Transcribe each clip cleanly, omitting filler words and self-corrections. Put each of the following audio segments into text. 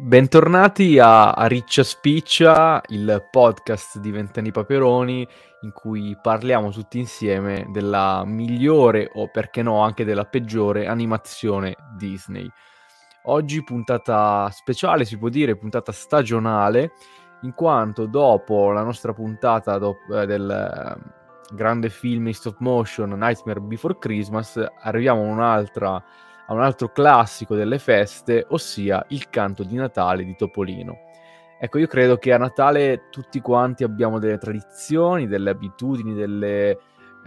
Bentornati a Riccia Spiccia, il podcast di Vent'anni Paperoni, in cui parliamo tutti insieme della migliore, o perché no anche della peggiore, animazione Disney. Oggi puntata speciale, si può dire, puntata stagionale, in quanto dopo la nostra puntata del grande film in stop motion Nightmare Before Christmas, arriviamo a un altro classico delle feste, ossia Il canto di Natale di Topolino. Ecco, io credo che a Natale tutti quanti abbiamo delle tradizioni, delle abitudini, delle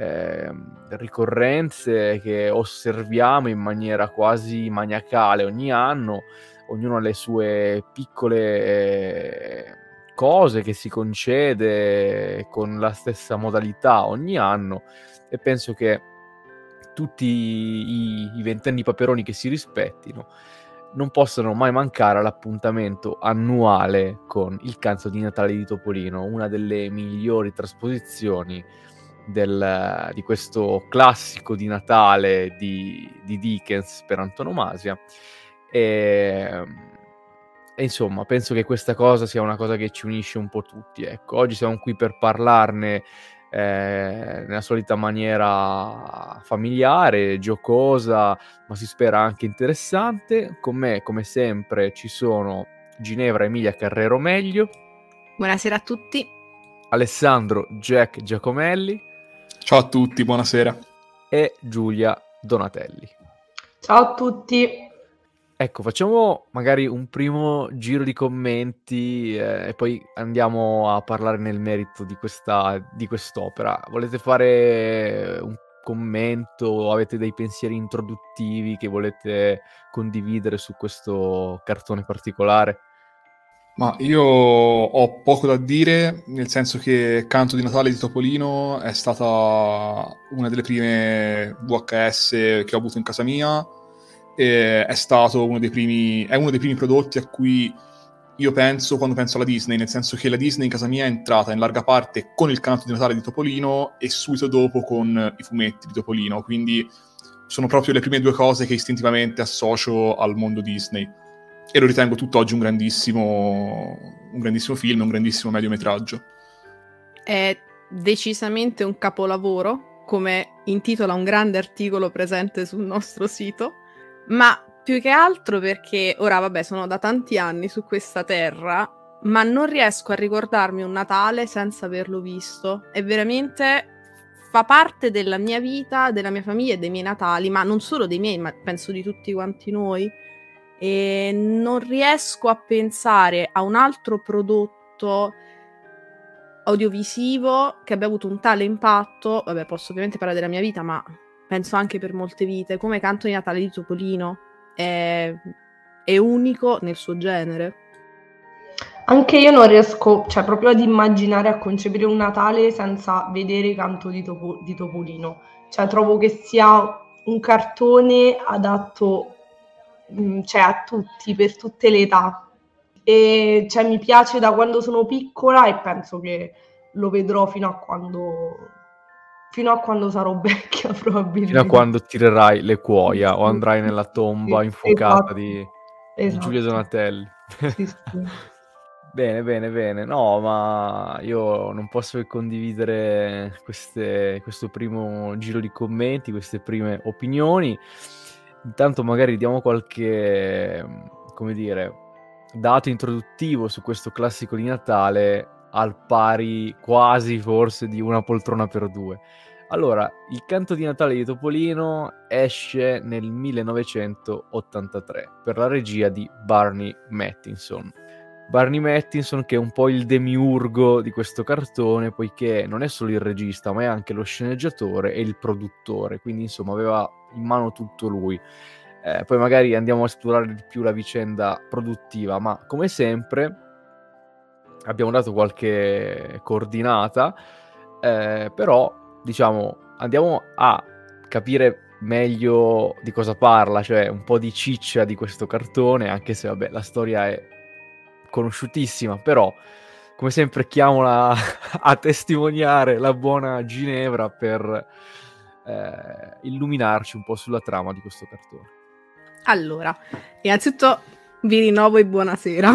ricorrenze che osserviamo in maniera quasi maniacale ogni anno. Ognuno ha le sue piccole cose che si concede con la stessa modalità ogni anno, e penso che tutti i ventenni paperoni che si rispettino non possono mai mancare all'appuntamento annuale con Il canto di Natale di Topolino, una delle migliori trasposizioni di questo classico di Natale di Dickens per antonomasia. E insomma, penso che questa cosa sia una cosa che ci unisce un po' tutti. Ecco, oggi siamo qui per parlarne nella solita maniera familiare, giocosa, ma si spera anche interessante. Con me, come sempre, ci sono Ginevra Emilia Carrero Meglio. Buonasera a tutti. Alessandro Jack Giacomelli. Ciao a tutti, buonasera. E Giulia Donatelli. Ciao a tutti. Ecco, facciamo magari un primo giro di commenti e poi andiamo a parlare nel merito di quest'opera. Volete fare un commento? Avete dei pensieri introduttivi che volete condividere su questo cartone particolare? Ma io ho poco da dire, nel senso che Canto di Natale di Topolino è stata una delle prime VHS che ho avuto in casa mia. È stato uno dei primi prodotti a cui io penso quando penso alla Disney, nel senso che la Disney in casa mia è entrata in larga parte con il Canto di Natale di Topolino e subito dopo con i fumetti di Topolino, quindi sono proprio le prime due cose che istintivamente associo al mondo Disney e lo ritengo tutt'oggi un grandissimo film, un grandissimo mediometraggio. È decisamente un capolavoro, come intitola un grande articolo presente sul nostro sito. Ma più che altro perché ora, vabbè, sono da tanti anni su questa terra, ma non riesco a ricordarmi un Natale senza averlo visto. E veramente fa parte della mia vita, della mia famiglia e dei miei Natali, ma non solo dei miei, ma penso di tutti quanti noi. E non riesco a pensare a un altro prodotto audiovisivo che abbia avuto un tale impatto. Vabbè, posso ovviamente parlare della mia vita, ma penso anche per molte vite, come Canto di Natale di Topolino. È unico nel suo genere. Anche io non riesco, proprio ad immaginare, a concepire un Natale senza vedere Canto di Topolino. Trovo che sia un cartone adatto a tutti, per tutte le età. E mi piace da quando sono piccola e penso che lo vedrò fino a quando sarò vecchia, probabilmente. Fino a quando tirerai le cuoia o andrai nella tomba infuocata di Giulia Donatelli. Sì. Bene. No, ma io non posso che condividere questo primo giro di commenti, queste prime opinioni. Intanto magari diamo qualche, come dire, dato introduttivo su questo classico di Natale, al pari quasi forse di Una poltrona per due. Allora, Il canto di Natale di Topolino esce nel 1983 per la regia di Barney Mattinson. Barney Mattinson, che è un po' il demiurgo di questo cartone, poiché non è solo il regista, ma è anche lo sceneggiatore e il produttore, quindi insomma aveva in mano tutto lui. Poi magari andiamo a esplorare di più la vicenda produttiva, ma come sempre abbiamo dato qualche coordinata, però diciamo andiamo a capire meglio di cosa parla, cioè un po' di ciccia di questo cartone, anche se vabbè la storia è conosciutissima, però come sempre chiamola a testimoniare la buona Ginevra per illuminarci un po' sulla trama di questo cartone. Allora, innanzitutto Vi rinnovo e buonasera.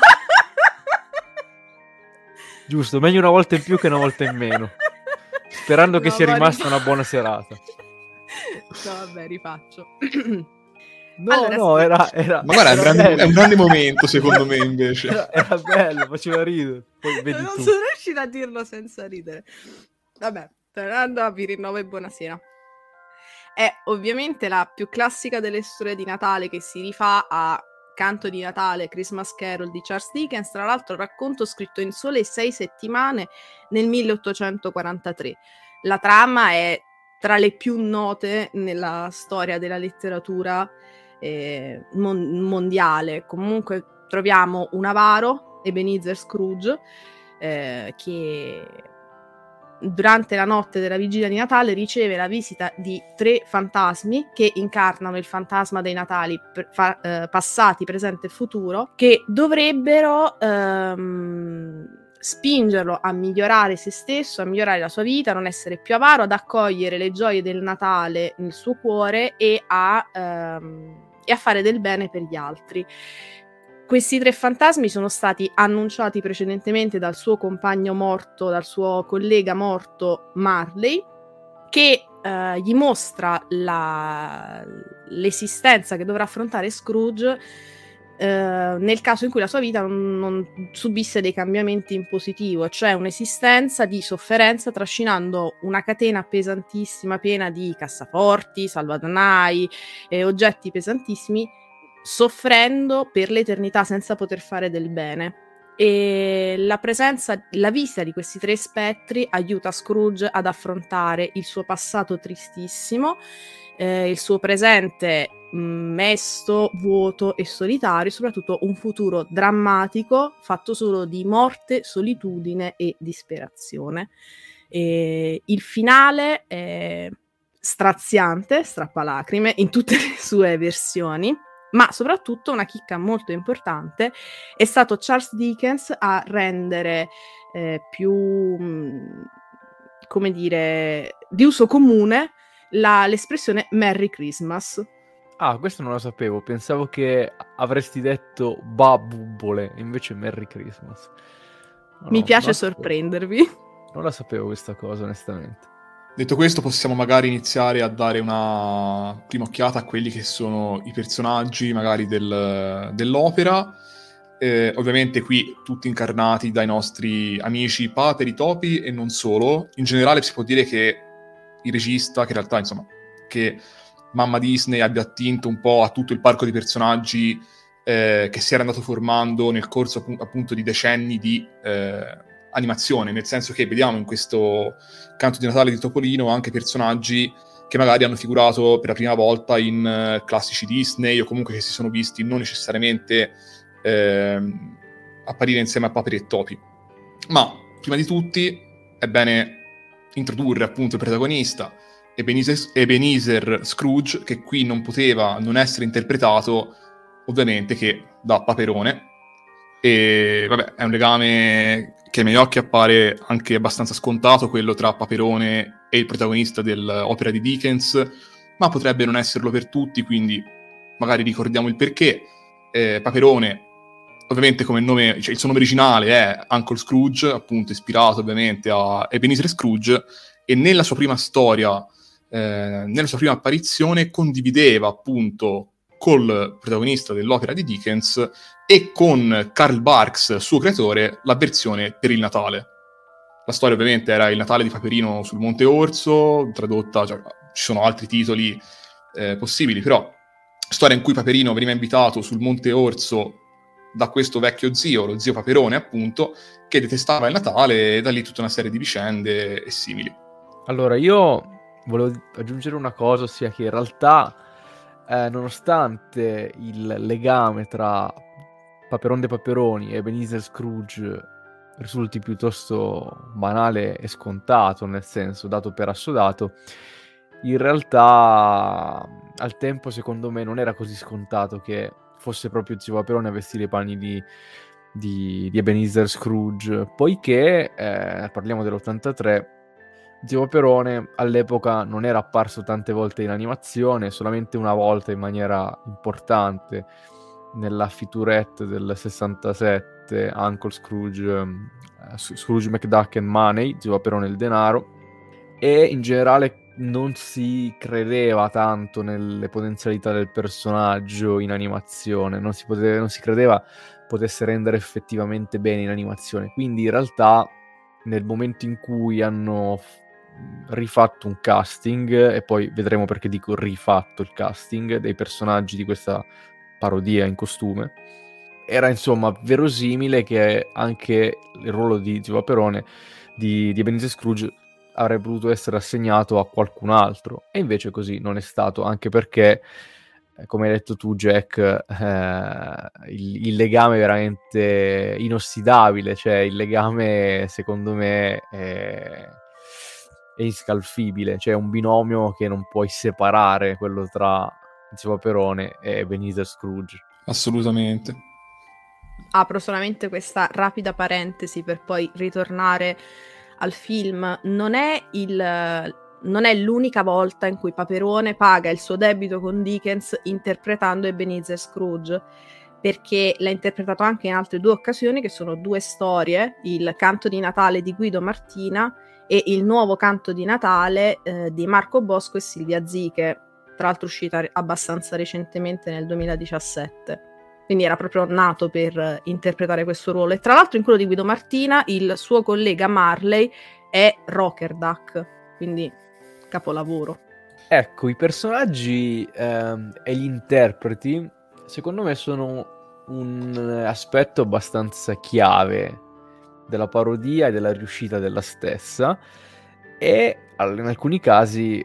Giusto, meglio una volta in più che una volta in meno. Sperando che sia rimasta una buona serata. No, vabbè, rifaccio. No, Allora, no, sì. era Ma guarda, era è un grande momento, secondo me, invece. Era bello, faceva ridere. Poi vedi Non tu. sono riuscita a dirlo senza ridere. Vabbè, tornando a Vi rinnovo e buonasera. È ovviamente la più classica delle storie di Natale, che si rifà a Canto di Natale, Christmas Carol di Charles Dickens, tra l'altro racconto scritto in sole 6 settimane nel 1843. La trama è tra le più note nella storia della letteratura mondiale. Comunque troviamo un avaro, Ebenezer Scrooge, che durante la notte della vigilia di Natale riceve la visita di 3 fantasmi che incarnano il fantasma dei Natali passati, presente e futuro, che dovrebbero spingerlo a migliorare se stesso, a migliorare la sua vita, a non essere più avaro, ad accogliere le gioie del Natale nel suo cuore e a fare del bene per gli altri. Questi 3 fantasmi sono stati annunciati precedentemente dal suo compagno morto, dal suo collega morto Marley, che gli mostra l'esistenza che dovrà affrontare Scrooge nel caso in cui la sua vita non subisse dei cambiamenti in positivo, cioè un'esistenza di sofferenza trascinando una catena pesantissima piena di cassaforti, salvadanai, oggetti pesantissimi, soffrendo per l'eternità senza poter fare del bene. E la vista di questi 3 spettri aiuta Scrooge ad affrontare il suo passato tristissimo, il suo presente mesto, vuoto e solitario, e soprattutto un futuro drammatico fatto solo di morte, solitudine e disperazione. Il finale è straziante, strappalacrime in tutte le sue versioni. Ma soprattutto una chicca molto importante è stato Charles Dickens a rendere più, come dire, di uso comune l'espressione Merry Christmas. Ah, questo non lo sapevo, pensavo che avresti detto Babubbole, invece Merry Christmas. Mi piace sorprendervi. Non la sapevo questa cosa, onestamente. Detto questo, possiamo magari iniziare a dare una prima occhiata a quelli che sono i personaggi magari dell'opera. Ovviamente qui tutti incarnati dai nostri amici paperi, topi e non solo. In generale si può dire che il regista, che in realtà insomma, che Mamma Disney abbia attinto un po' a tutto il parco di personaggi che si era andato formando nel corso appunto di decenni di animazione, nel senso che vediamo in questo Canto di Natale di Topolino anche personaggi che magari hanno figurato per la prima volta in classici Disney o comunque che si sono visti non necessariamente apparire insieme a Paperi e Topi. Ma prima di tutti è bene introdurre appunto il protagonista Ebenezer Scrooge, che qui non poteva non essere interpretato ovviamente che da Paperone. E vabbè, è un legame che ai miei occhi appare anche abbastanza scontato, quello tra Paperone e il protagonista dell'opera di Dickens, ma potrebbe non esserlo per tutti, quindi magari ricordiamo il perché. Paperone, ovviamente come nome, cioè il suo nome originale è Uncle Scrooge, appunto ispirato ovviamente a Ebenezer Scrooge, e nella sua prima storia, nella sua prima apparizione, condivideva appunto col protagonista dell'opera di Dickens e con Karl Barks, suo creatore, la versione per il Natale. La storia ovviamente era il Natale di Paperino sul Monte Orso, tradotta, cioè, ci sono altri titoli possibili, però storia in cui Paperino veniva invitato sul Monte Orso da questo vecchio zio, lo zio Paperone appunto, che detestava il Natale, e da lì tutta una serie di vicende e simili. Allora, io volevo aggiungere una cosa, ossia che in realtà nonostante il legame tra Paperon de Paperoni e Ebenezer Scrooge risulti piuttosto banale e scontato, nel senso dato per assodato, in realtà al tempo secondo me non era così scontato che fosse proprio zio Paperone a vestire i panni di Ebenezer Scrooge, poiché parliamo dell'83, zio Paperone all'epoca non era apparso tante volte in animazione, solamente una volta in maniera importante nella featurette del 67, Uncle Scrooge, Scrooge McDuck and Money, Zio Paperone e il denaro, e in generale non si credeva tanto nelle potenzialità del personaggio in animazione, non si credeva potesse rendere effettivamente bene in animazione, quindi in realtà nel momento in cui hanno rifatto un casting, e poi vedremo perché dico rifatto il casting dei personaggi di questa parodia in costume, era insomma verosimile che anche il ruolo di Zio Paperone di Ebenezer Scrooge avrebbe potuto essere assegnato a qualcun altro, e invece così non è stato, anche perché come hai detto tu, Jack, il legame è veramente inossidabile, cioè il legame secondo me è inscalfibile, cioè è un binomio che non puoi separare, quello tra Zio Paperone e Ebenezer Scrooge. Assolutamente. Apro solamente questa rapida parentesi per poi ritornare al film. Non è l'unica volta in cui Paperone paga il suo debito con Dickens interpretando Ebenezer Scrooge, perché l'ha interpretato anche in altre 2 occasioni, che sono 2 storie, il Canto di Natale di Guido Martina e il Nuovo Canto di Natale di Marco Bosco e Silvia Ziche, tra l'altro uscita abbastanza recentemente nel 2017. Quindi era proprio nato per interpretare questo ruolo. E tra l'altro in quello di Guido Martina il suo collega Marley è Rockerduck, quindi capolavoro. Ecco, i personaggi e gli interpreti secondo me sono un aspetto abbastanza chiave della parodia e della riuscita della stessa, e in alcuni casi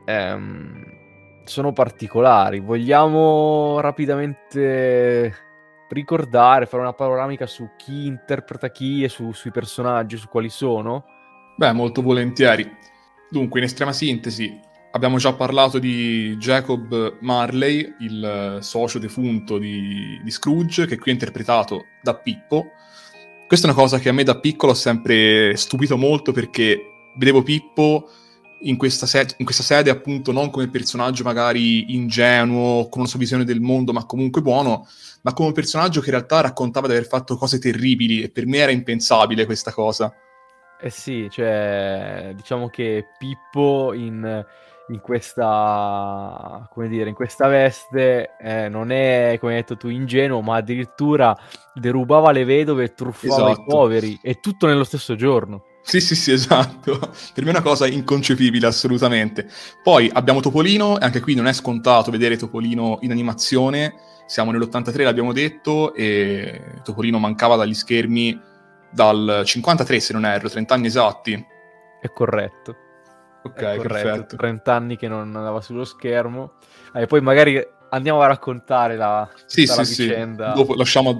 sono particolari. Vogliamo rapidamente ricordare, fare una panoramica su chi interpreta chi e sui personaggi, su quali sono? Beh, molto volentieri. Dunque, in estrema sintesi, abbiamo già parlato di Jacob Marley, il socio defunto di Scrooge, che qui è interpretato da Pippo. Questa è una cosa che a me da piccolo ha sempre stupito molto, perché vedevo Pippo in questa sede appunto non come personaggio magari ingenuo, con una sua visione del mondo ma comunque buono, ma come un personaggio che in realtà raccontava di aver fatto cose terribili, e per me era impensabile questa cosa. Eh sì, cioè diciamo che Pippo in questa, come dire, in questa veste non è, come hai detto tu, ingenuo, ma addirittura derubava le vedove e truffava i poveri, e tutto nello stesso giorno. Sì, esatto. Per me è una cosa inconcepibile, assolutamente. Poi abbiamo Topolino, e anche qui non è scontato vedere Topolino in animazione. Siamo nell'83, l'abbiamo detto, e Topolino mancava dagli schermi dal 53, se non erro, 30 anni esatti. È corretto. Ok, è corretto. perfetto. 30 anni che non andava sullo schermo. E poi magari andiamo a raccontare la vicenda. Dopo, lasciamo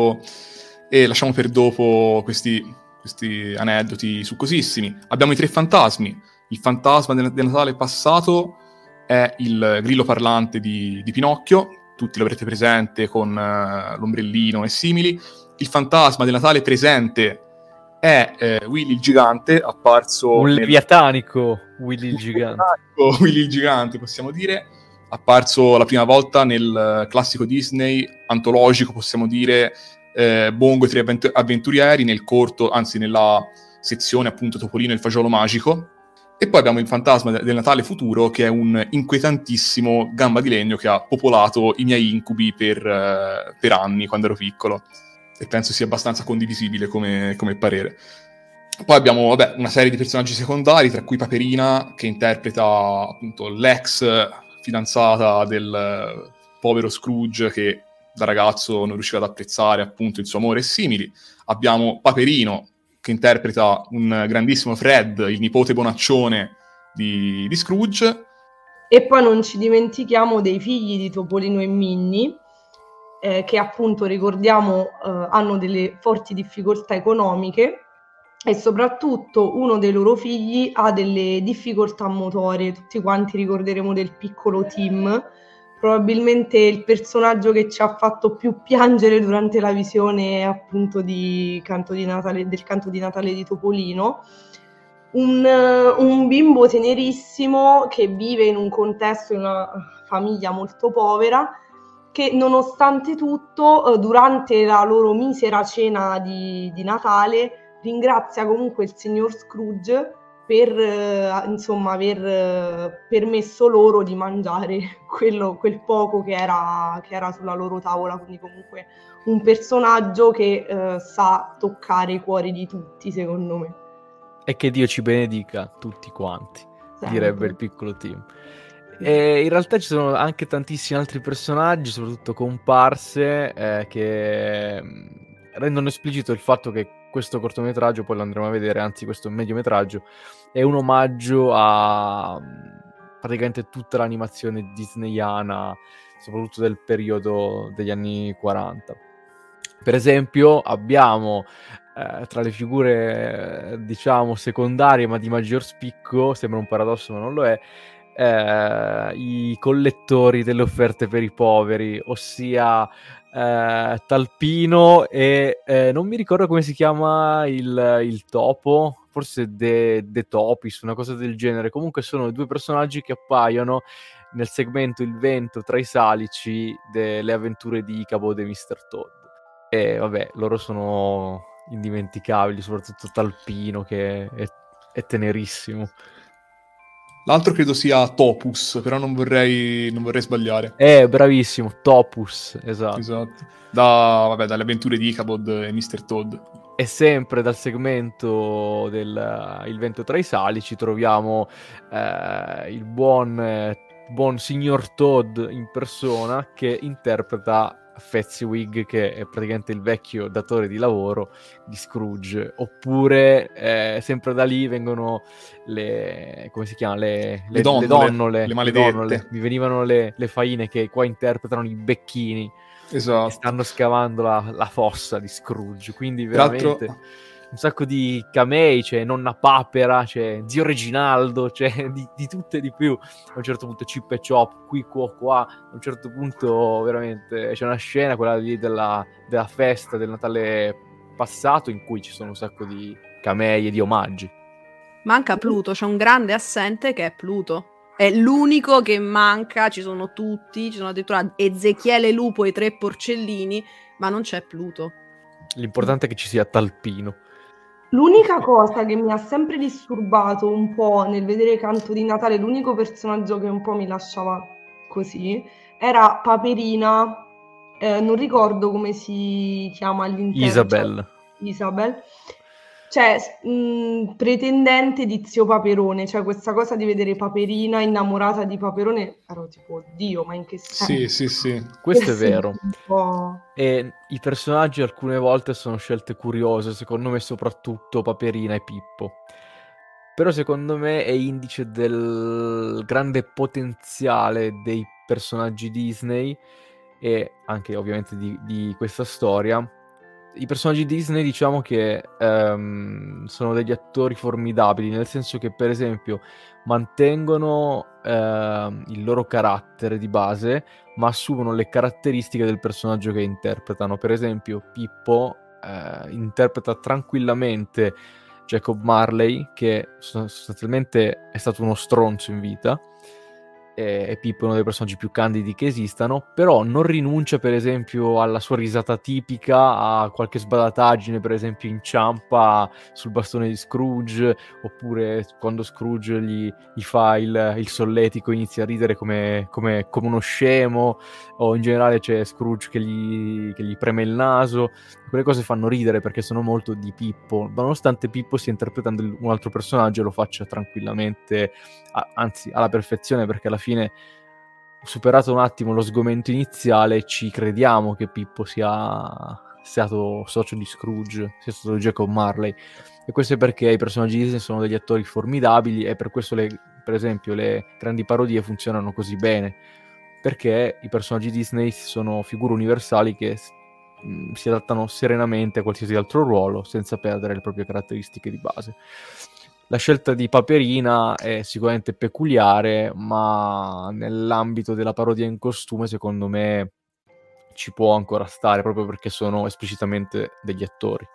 per dopo questi aneddoti succosissimi. Abbiamo i 3 fantasmi. Il fantasma del Natale passato è il grillo parlante di Pinocchio, tutti lo avrete presente con l'ombrellino e simili. Il fantasma del Natale presente è Willy il gigante, apparso un leviatanico Willy il gigante. Willy il gigante, possiamo dire, apparso la prima volta nel classico Disney antologico, possiamo dire, Bongo e i 3 avventurieri, nel corto, anzi nella sezione appunto Topolino e il fagiolo magico. E poi abbiamo il fantasma del Natale futuro, che è un inquietantissimo gamba di legno che ha popolato i miei incubi per anni quando ero piccolo, e penso sia abbastanza condivisibile come parere. Poi abbiamo una serie di personaggi secondari, tra cui Paperina, che interpreta appunto l'ex fidanzata del povero Scrooge, che da ragazzo non riusciva ad apprezzare appunto il suo amore e simili. Abbiamo Paperino, che interpreta un grandissimo Fred, il nipote bonaccione di Scrooge. E poi non ci dimentichiamo dei figli di Topolino e Minnie, che appunto ricordiamo hanno delle forti difficoltà economiche, e soprattutto uno dei loro figli ha delle difficoltà motorie. Tutti quanti ricorderemo del piccolo Tim, probabilmente il personaggio che ci ha fatto più piangere durante la visione appunto del Canto di Natale di Topolino. Un bimbo tenerissimo che vive in un contesto, in una famiglia molto povera, che nonostante tutto, durante la loro misera cena di Natale, ringrazia comunque il signor Scrooge per insomma aver permesso loro di mangiare quel poco che era sulla loro tavola, quindi comunque un personaggio che sa toccare i cuori di tutti, secondo me. E che Dio ci benedica tutti quanti, Sempre. direbbe il piccolo Tim. E in realtà ci sono anche tantissimi altri personaggi, soprattutto comparse, che rendono esplicito il fatto che questo cortometraggio, poi lo andremo a vedere, anzi questo mediometraggio, è un omaggio a praticamente tutta l'animazione disneyana, soprattutto del periodo degli anni 40. Per esempio abbiamo tra le figure diciamo secondarie ma di maggior spicco, sembra un paradosso ma non lo è, i collettori delle offerte per i poveri, ossia Talpino e non mi ricordo come si chiama il topo, forse De Topis, una cosa del genere. Comunque sono due personaggi che appaiono nel segmento Il vento tra i salici delle avventure di Ichabod e Mr. Todd. E vabbè, loro sono indimenticabili, soprattutto Talpino che è tenerissimo. L'altro credo sia Topus, però non vorrei sbagliare. Bravissimo, Topus, esatto. Dalle avventure di Ichabod e Mr. Todd. E sempre dal segmento del Il vento tra i salici troviamo il buon signor Todd in persona che interpreta Fezziwig, che è praticamente il vecchio datore di lavoro di Scrooge. Oppure sempre da lì vengono le donnole, le maledette. Mi venivano le faine che qua interpretano i becchini. Esatto. Che stanno scavando la fossa di Scrooge, quindi veramente un sacco di camei, c'è Nonna Papera, c'è Zio Reginaldo, c'è di tutto e di più. A un certo punto Chip e Chop, qui, qua, a un certo punto veramente c'è una scena, quella lì della festa del Natale passato, in cui ci sono un sacco di camei e di omaggi. Manca Pluto, c'è un grande assente che è Pluto. È l'unico che manca, ci sono tutti, ci sono addirittura Ezechiele Lupo e 3 porcellini, ma non c'è Pluto. L'importante è che ci sia Talpino. L'unica cosa che mi ha sempre disturbato un po' nel vedere Canto di Natale, l'unico personaggio che un po' mi lasciava così, era Paperina, non ricordo come si chiama all'interno. Isabel. Cioè, pretendente di zio Paperone, cioè questa cosa di vedere Paperina innamorata di Paperone, ero tipo, oddio, ma in che senso? Sì. Questo è vero. E i personaggi alcune volte sono scelte curiose, secondo me soprattutto Paperina e Pippo. Però secondo me è indice del grande potenziale dei personaggi Disney e anche ovviamente di questa storia. I personaggi Disney diciamo che sono degli attori formidabili, nel senso che per esempio mantengono il loro carattere di base, ma assumono le caratteristiche del personaggio che interpretano. Per esempio Pippo interpreta tranquillamente Jacob Marley, che sostanzialmente è stato uno stronzo in vita, e Pippo è uno dei personaggi più candidi che esistano, però non rinuncia per esempio alla sua risata tipica, a qualche sbadataggine, per esempio inciampa sul bastone di Scrooge, oppure quando Scrooge gli fa il solletico inizia a ridere come uno scemo, o in generale c'è Scrooge che gli preme il naso. Quelle cose fanno ridere perché sono molto di Pippo, nonostante Pippo stia interpretando un altro personaggio e lo faccia tranquillamente, anzi alla perfezione, perché alla fine, superato un attimo lo sgomento iniziale, ci crediamo che Pippo sia stato socio di Scrooge, sia stato Jacob Marley. E questo è perché i personaggi Disney sono degli attori formidabili e per questo per esempio le grandi parodie funzionano così bene, perché i personaggi Disney sono figure universali che si adattano serenamente a qualsiasi altro ruolo senza perdere le proprie caratteristiche di base. La scelta di Paperina è sicuramente peculiare, ma nell'ambito della parodia in costume secondo me ci può ancora stare, proprio perché sono esplicitamente degli attori.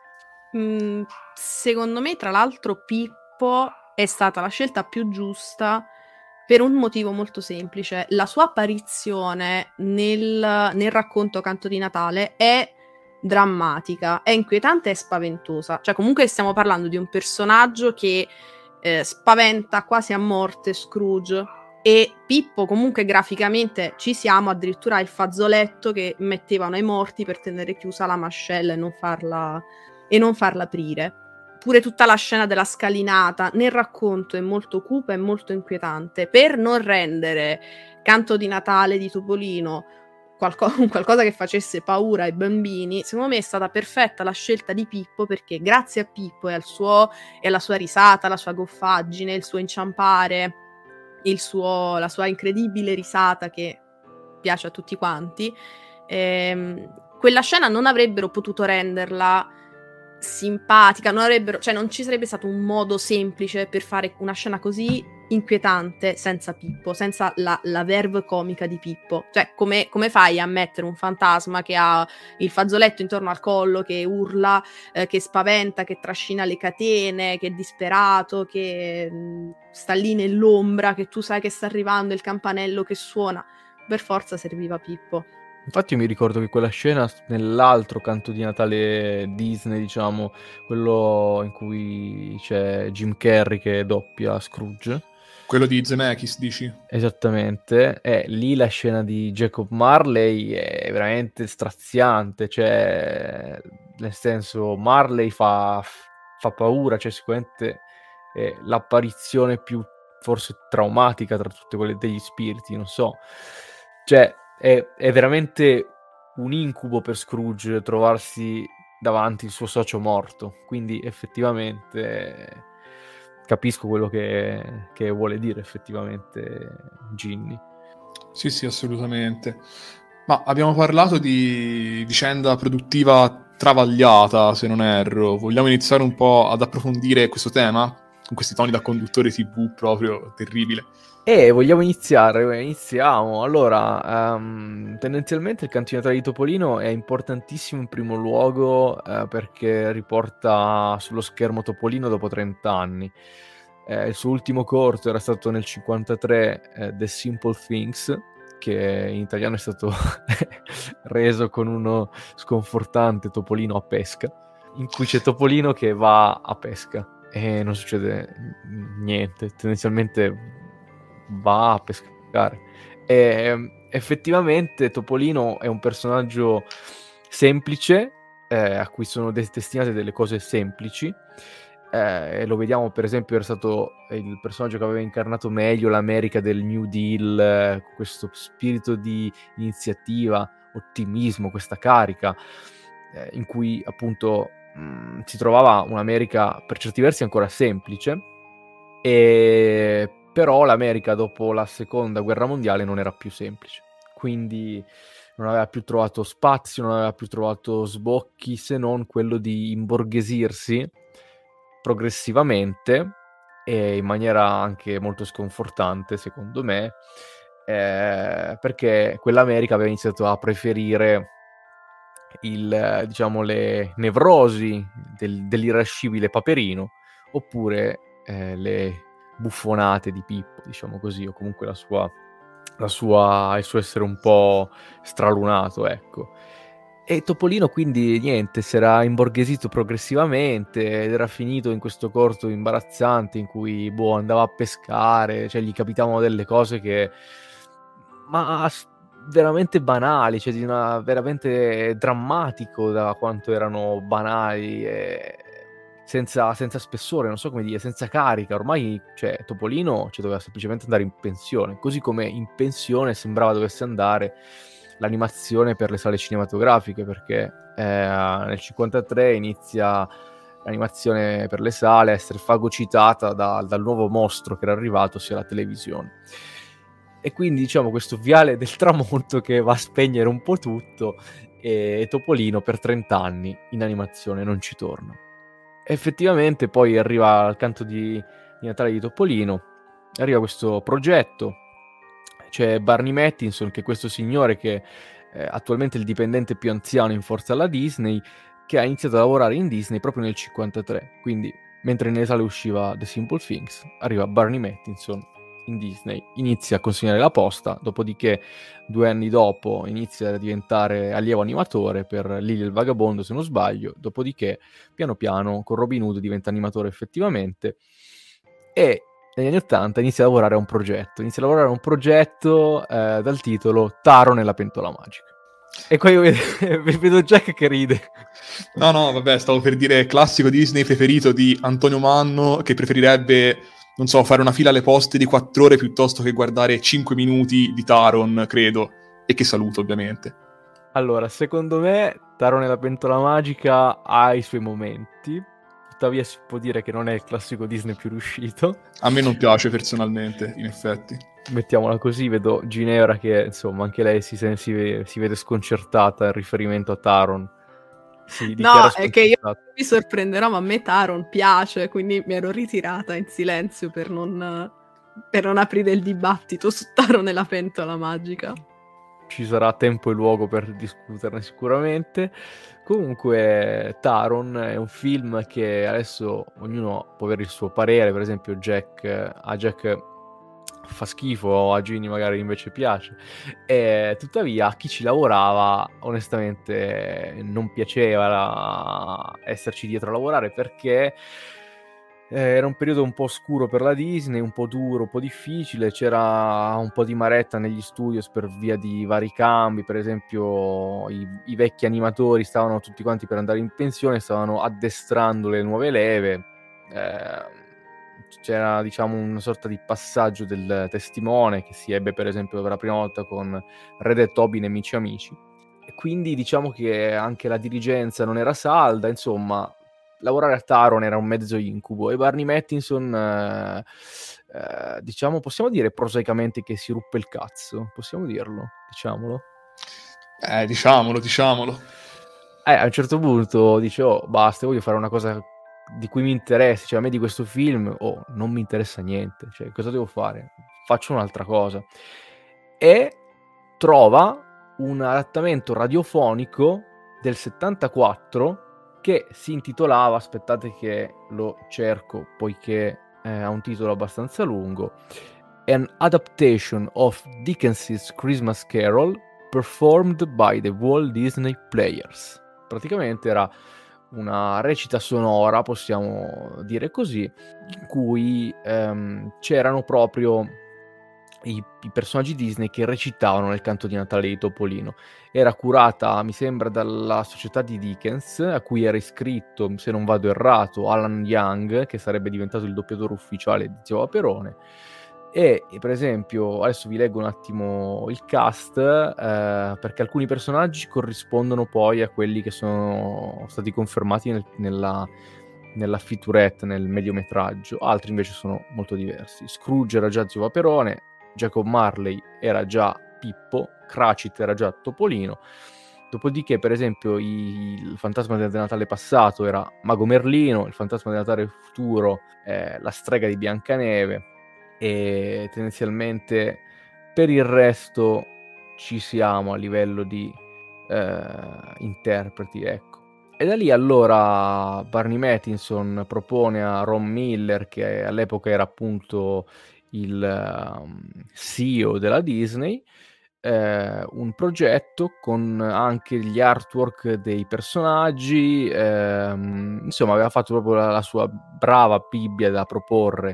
Secondo me, tra l'altro, Pippo è stata la scelta più giusta per un motivo molto semplice. La sua apparizione nel racconto Canto di Natale è drammatica, è inquietante e spaventosa. Cioè, comunque stiamo parlando di un personaggio che spaventa quasi a morte Scrooge, e Pippo comunque graficamente ci siamo, addirittura il fazzoletto che mettevano ai morti per tenere chiusa la mascella e non farla aprire. Pure tutta la scena della scalinata nel racconto è molto cupa e molto inquietante. Per non rendere Canto di Natale di Topolino qualcosa che facesse paura ai bambini, secondo me è stata perfetta la scelta di Pippo, perché grazie a Pippo e alla sua risata, alla sua goffaggine, il suo inciampare, la sua incredibile risata che piace a tutti quanti, quella scena non avrebbero potuto renderla simpatica, non ci sarebbe stato un modo semplice per fare una scena così inquietante senza Pippo, senza la verve comica di Pippo. Cioè, come fai a mettere un fantasma che ha il fazzoletto intorno al collo, che urla, che spaventa, che trascina le catene, che è disperato, che sta lì nell'ombra, che tu sai che sta arrivando il campanello che suona? Per forza serviva Pippo. Infatti io mi ricordo che quella scena nell'altro Canto di Natale Disney, diciamo, quello in cui c'è Jim Carrey che doppia Scrooge. Quello di Zemeckis, dici? Esattamente, lì la scena di Jacob Marley è veramente straziante, cioè, nel senso, Marley fa paura, cioè sicuramente è l'apparizione più forse traumatica tra tutte quelle degli spiriti, non so, cioè è veramente un incubo per Scrooge trovarsi davanti il suo socio morto, quindi effettivamente capisco quello che vuole dire effettivamente Ginny. Sì, assolutamente. Ma abbiamo parlato di vicenda produttiva travagliata, se non erro. Vogliamo iniziare un po' ad approfondire questo tema? Con questi toni da conduttore TV proprio terribile. Vogliamo iniziare? Iniziamo. Allora, tendenzialmente il Canto di Natale di Topolino è importantissimo in primo luogo perché riporta sullo schermo Topolino dopo 30 anni. Il suo ultimo corto era stato nel 1953, The Simple Things, che in italiano è stato reso con uno sconfortante Topolino a pesca, in cui c'è Topolino che va a pesca e non succede niente, tendenzialmente va a pescare. E effettivamente Topolino è un personaggio semplice, a cui sono destinate delle cose semplici. E lo vediamo, per esempio, era stato il personaggio che aveva incarnato meglio l'America del New Deal, questo spirito di iniziativa, ottimismo, questa carica, in cui appunto si trovava un'America per certi versi ancora semplice, però l'America dopo la seconda guerra mondiale non era più semplice, quindi non aveva più trovato spazio, non aveva più trovato sbocchi se non quello di imborghesirsi progressivamente e in maniera anche molto sconfortante, secondo me, perché quell'America aveva iniziato a preferire le nevrosi dell'irascibile Paperino oppure le buffonate di Pippo, diciamo così, o comunque il suo essere un po' stralunato, ecco. E Topolino quindi niente, si era imborghesito progressivamente ed era finito in questo corto imbarazzante in cui andava a pescare, cioè gli capitavano delle cose veramente banali, cioè veramente drammatico da quanto erano banali e senza spessore, non so come dire, senza carica. Ormai, cioè, Topolino doveva semplicemente andare in pensione, così come in pensione sembrava dovesse andare l'animazione per le sale cinematografiche, perché nel 1953 inizia l'animazione per le sale a essere fagocitata dal nuovo mostro che era arrivato, ossia la televisione. E quindi diciamo questo viale del tramonto che va a spegnere un po' tutto, e Topolino per 30 anni in animazione non ci torna. Effettivamente poi arriva il Canto di Natale di Topolino, arriva questo progetto. C'è Barney Mattinson, che è questo signore che attualmente è il dipendente più anziano in forza alla Disney, che ha iniziato a lavorare in Disney proprio nel 1953. Quindi, mentre nelle sale usciva The Simple Things, arriva Barney Mattinson in Disney, inizia a consegnare la posta, dopodiché 2 anni dopo inizia a diventare allievo animatore per Lily il Vagabondo, se non sbaglio, dopodiché piano piano con Robin Hood diventa animatore effettivamente, e negli anni 80 inizia a lavorare a un progetto dal titolo Taro nella pentola magica. E qua io vedo Jack che ride. No, vabbè, stavo per dire classico Disney preferito di Antonio Manno, che preferirebbe, non so, fare una fila alle poste di 4 ore piuttosto che guardare 5 minuti di Taron, credo, e che saluto ovviamente. Allora, secondo me Taro nella pentola magica ha i suoi momenti, tuttavia si può dire che non è il classico Disney più riuscito. A me non piace personalmente, in effetti. Mettiamola così, vedo Ginevra che insomma anche lei si vede sconcertata in riferimento a Taron. No, è che io mi sorprenderò, ma a me Taron piace, quindi mi ero ritirata in silenzio per non aprire il dibattito su Taron e la pentola magica. Ci sarà tempo e luogo per discuterne sicuramente. Comunque Taron è un film che adesso ognuno può avere il suo parere, per esempio a Jack fa schifo, a Ginny magari invece piace, e tuttavia a chi ci lavorava onestamente non piaceva esserci dietro a lavorare, perché era un periodo un po' oscuro per la Disney, un po' duro, un po' difficile, c'era un po' di maretta negli studios per via di vari cambi, per esempio i vecchi animatori stavano tutti quanti per andare in pensione, stavano addestrando le nuove leve, c'era diciamo una sorta di passaggio del testimone che si ebbe per esempio per la prima volta con Red e Toby Nemici Amici, e quindi diciamo che anche la dirigenza non era salda, insomma lavorare a Taron era un mezzo incubo, e Barney Mattinson diciamo, possiamo dire prosaicamente che si ruppe il cazzo, possiamo dirlo, diciamolo. Diciamolo. A un certo punto dice, oh basta, voglio fare una cosa di cui mi interessi, cioè a me di questo film non mi interessa niente, cioè cosa devo fare? Faccio un'altra cosa, e trova un adattamento radiofonico del 74 che si intitolava, aspettate che lo cerco poiché ha un titolo abbastanza lungo, An Adaptation of Dickens's Christmas Carol Performed by the Walt Disney Players. Praticamente era una recita sonora, possiamo dire così, in cui c'erano proprio i personaggi Disney che recitavano nel canto di Natale di Topolino. Era curata, mi sembra, dalla società di Dickens, a cui era iscritto, se non vado errato, Alan Young, che sarebbe diventato il doppiatore ufficiale di Zio Paperone. E per esempio, adesso vi leggo un attimo il cast, perché alcuni personaggi corrispondono poi a quelli che sono stati confermati nella featurette, nel mediometraggio, altri invece sono molto diversi. Scrooge era già Zio Paperone, Jacob Marley era già Pippo, Cratchit era già Topolino, dopodiché per esempio il fantasma del Natale passato era Mago Merlino, il fantasma del Natale futuro la strega di Biancaneve, e tendenzialmente per il resto ci siamo a livello di interpreti, ecco. E da lì allora Barney Mattinson propone a Ron Miller, che all'epoca era appunto il CEO della Disney, un progetto con anche gli artwork dei personaggi, insomma aveva fatto proprio la sua brava Bibbia da proporre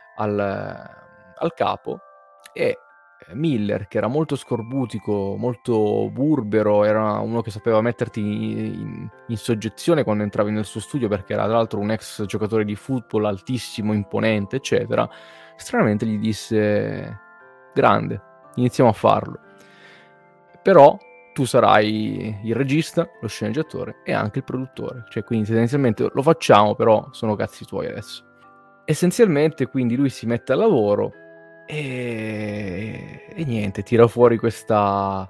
al capo, e Miller, che era molto scorbutico, molto burbero, era uno che sapeva metterti in soggezione quando entravi nel suo studio, perché era tra l'altro un ex giocatore di football altissimo, imponente, eccetera. Stranamente gli disse: grande, iniziamo a farlo, però tu sarai il regista, lo sceneggiatore e anche il produttore, cioè quindi tendenzialmente lo facciamo, però sono cazzi tuoi adesso. Essenzialmente quindi lui si mette al lavoro e niente, tira fuori questa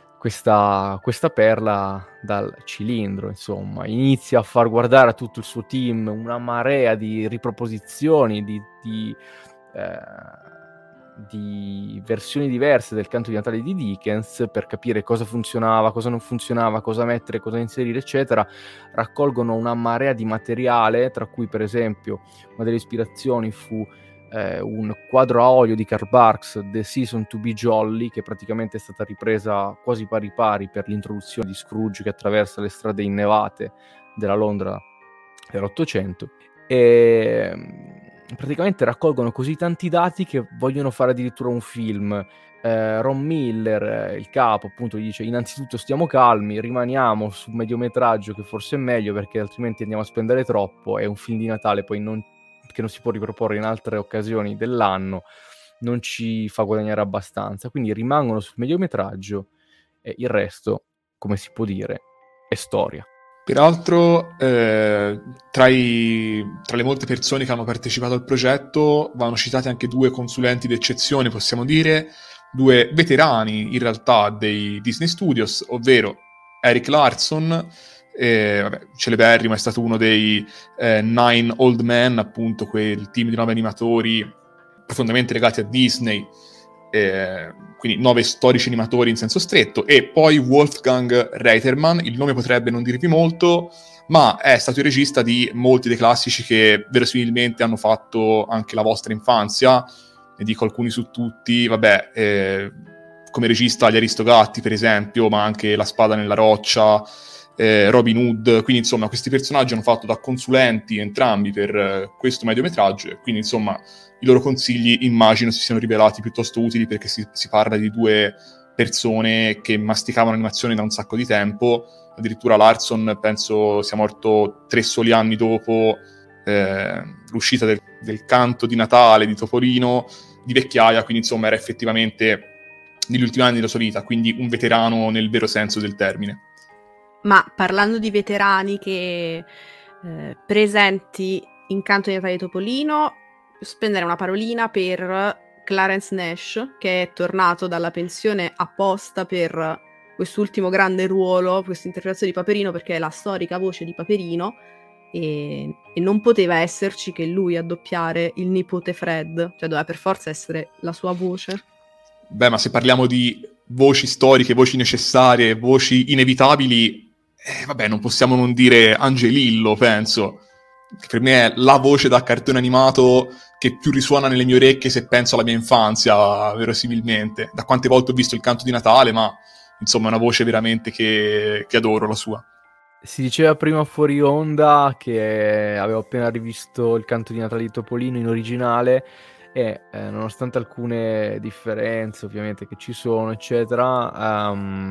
perla dal cilindro, insomma, inizia a far guardare a tutto il suo team una marea di riproposizioni, di versioni diverse del canto di Natale di Dickens, per capire cosa funzionava, cosa non funzionava, cosa mettere, cosa inserire, eccetera. Raccolgono una marea di materiale, tra cui per esempio una delle ispirazioni fu un quadro a olio di Karl Barks, The Season to be Jolly, che praticamente è stata ripresa quasi pari pari per l'introduzione di Scrooge che attraversa le strade innevate della Londra dell'Ottocento, e praticamente raccolgono così tanti dati che vogliono fare addirittura un film. Ron Miller, il capo, appunto, gli dice: innanzitutto stiamo calmi, rimaniamo sul mediometraggio, che forse è meglio perché altrimenti andiamo a spendere troppo, è un film di Natale poi che non si può riproporre in altre occasioni dell'anno, non ci fa guadagnare abbastanza, quindi rimangono sul mediometraggio e il resto, come si può dire, è storia. Peraltro, tra le molte persone che hanno partecipato al progetto vanno citati anche 2 consulenti d'eccezione, possiamo dire, 2 veterani in realtà dei Disney Studios, ovvero Eric Larson, celeberrimo, è stato uno dei 9 Old Men, appunto quel team di 9 animatori profondamente legati a Disney, quindi 9 storici animatori in senso stretto, e poi Wolfgang Reitermann, il nome potrebbe non dirvi molto, ma è stato il regista di molti dei classici che verosimilmente hanno fatto anche la vostra infanzia. Ne dico alcuni su tutti, vabbè, come regista Gli Aristogatti per esempio, ma anche La Spada nella Roccia, Robin Hood, quindi insomma questi personaggi hanno fatto da consulenti entrambi per questo mediometraggio, e quindi insomma i loro consigli immagino si siano rivelati piuttosto utili, perché si parla di 2 persone che masticavano animazione da un sacco di tempo. Addirittura Larson penso sia morto 3 soli anni dopo l'uscita del canto di Natale di Topolino, di vecchiaia, quindi insomma era effettivamente negli ultimi anni della sua vita, quindi un veterano nel vero senso del termine. Ma parlando di veterani che presenti in Canto di Natale di Topolino, spendere una parolina per Clarence Nash, che è tornato dalla pensione apposta per quest'ultimo grande ruolo, questa interpretazione di Paperino, perché è la storica voce di Paperino, e non poteva esserci che lui a doppiare il nipote Fred, cioè doveva per forza essere la sua voce. Beh, ma se parliamo di voci storiche, voci necessarie, voci inevitabili, vabbè, non possiamo non dire Angelillo, penso, che per me è la voce da cartone animato che più risuona nelle mie orecchie se penso alla mia infanzia, verosimilmente. Da quante volte ho visto il Canto di Natale, ma insomma è una voce veramente che adoro, la sua. Si diceva prima fuori onda che avevo appena rivisto il Canto di Natale di Topolino in originale, e nonostante alcune differenze ovviamente che ci sono eccetera,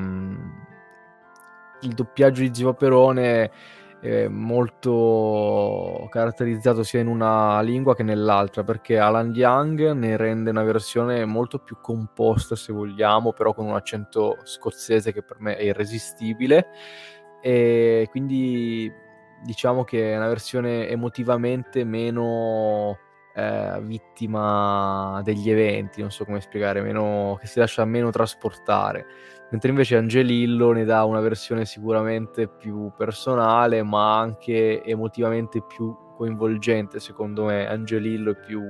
il doppiaggio di Zio Paperone è molto caratterizzato sia in una lingua che nell'altra, perché Alan Young ne rende una versione molto più composta, se vogliamo, però con un accento scozzese che per me è irresistibile, e quindi diciamo che è una versione emotivamente meno vittima degli eventi, non so come spiegare, meno, che si lascia meno trasportare, mentre invece Angelillo ne dà una versione sicuramente più personale, ma anche emotivamente più coinvolgente. Secondo me Angelillo è più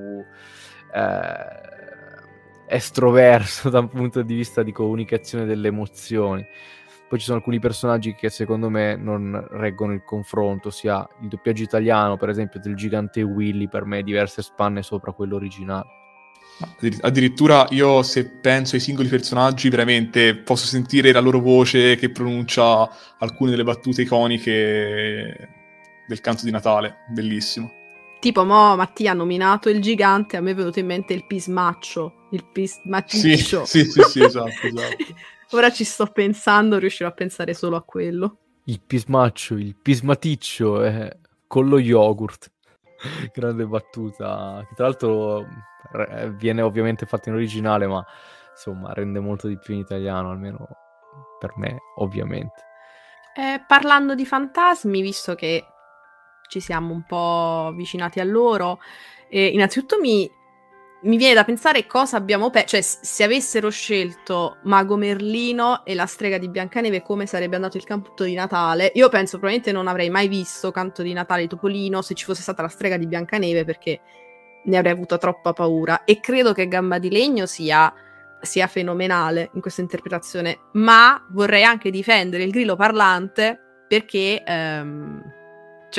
estroverso da un punto di vista di comunicazione delle emozioni. Poi ci sono alcuni personaggi che secondo me non reggono il confronto, sia il doppiaggio italiano, per esempio, del gigante Willy, per me diverse spanne sopra quello originale. Addirittura io, se penso ai singoli personaggi, veramente posso sentire la loro voce che pronuncia alcune delle battute iconiche del Canto di Natale. Bellissimo. Tipo, mo Mattia ha nominato il gigante, a me è venuto in mente il pismaccio, il pismaticcio. Sì, esatto. Ora ci sto pensando, riuscirò a pensare solo a quello. Il pismaccio, il pismaticcio con lo yogurt. Grande battuta, che tra l'altro viene ovviamente fatta in originale, ma insomma rende molto di più in italiano, almeno per me, ovviamente. Parlando di fantasmi, visto che ci siamo un po' avvicinati a loro, innanzitutto mi viene da pensare cosa abbiamo cioè se avessero scelto Mago Merlino e la strega di Biancaneve, come sarebbe andato il Canto di Natale. Io penso probabilmente non avrei mai visto Canto di Natale di Topolino se ci fosse stata la strega di Biancaneve, perché ne avrei avuta troppa paura, e credo che Gamba di Legno sia fenomenale in questa interpretazione, ma vorrei anche difendere il grillo parlante, perché cioè,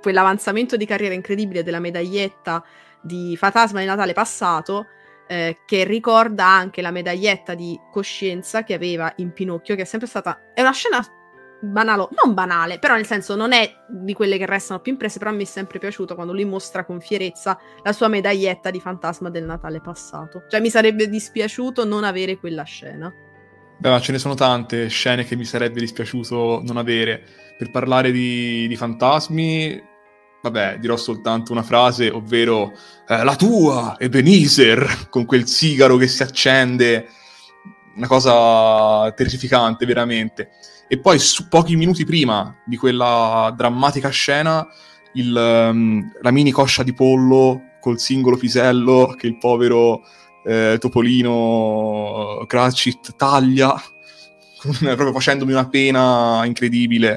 quell'avanzamento di carriera incredibile della medaglietta di Fantasma di Natale passato, che ricorda anche la medaglietta di coscienza che aveva in Pinocchio, che è sempre stata... È una scena non banale, però nel senso non è di quelle che restano più impresse, però mi è sempre piaciuto quando lui mostra con fierezza la sua medaglietta di Fantasma del Natale passato. Cioè mi sarebbe dispiaciuto non avere quella scena. Beh, ma ce ne sono tante scene che mi sarebbe dispiaciuto non avere. Per parlare di fantasmi, vabbè, dirò soltanto una frase, ovvero la tua, Ebenezer, con quel sigaro che si accende, una cosa terrificante, veramente. E poi, pochi minuti prima di quella drammatica scena, la mini coscia di pollo col singolo pisello che il povero Topolino Cratchit taglia, proprio facendomi una pena incredibile.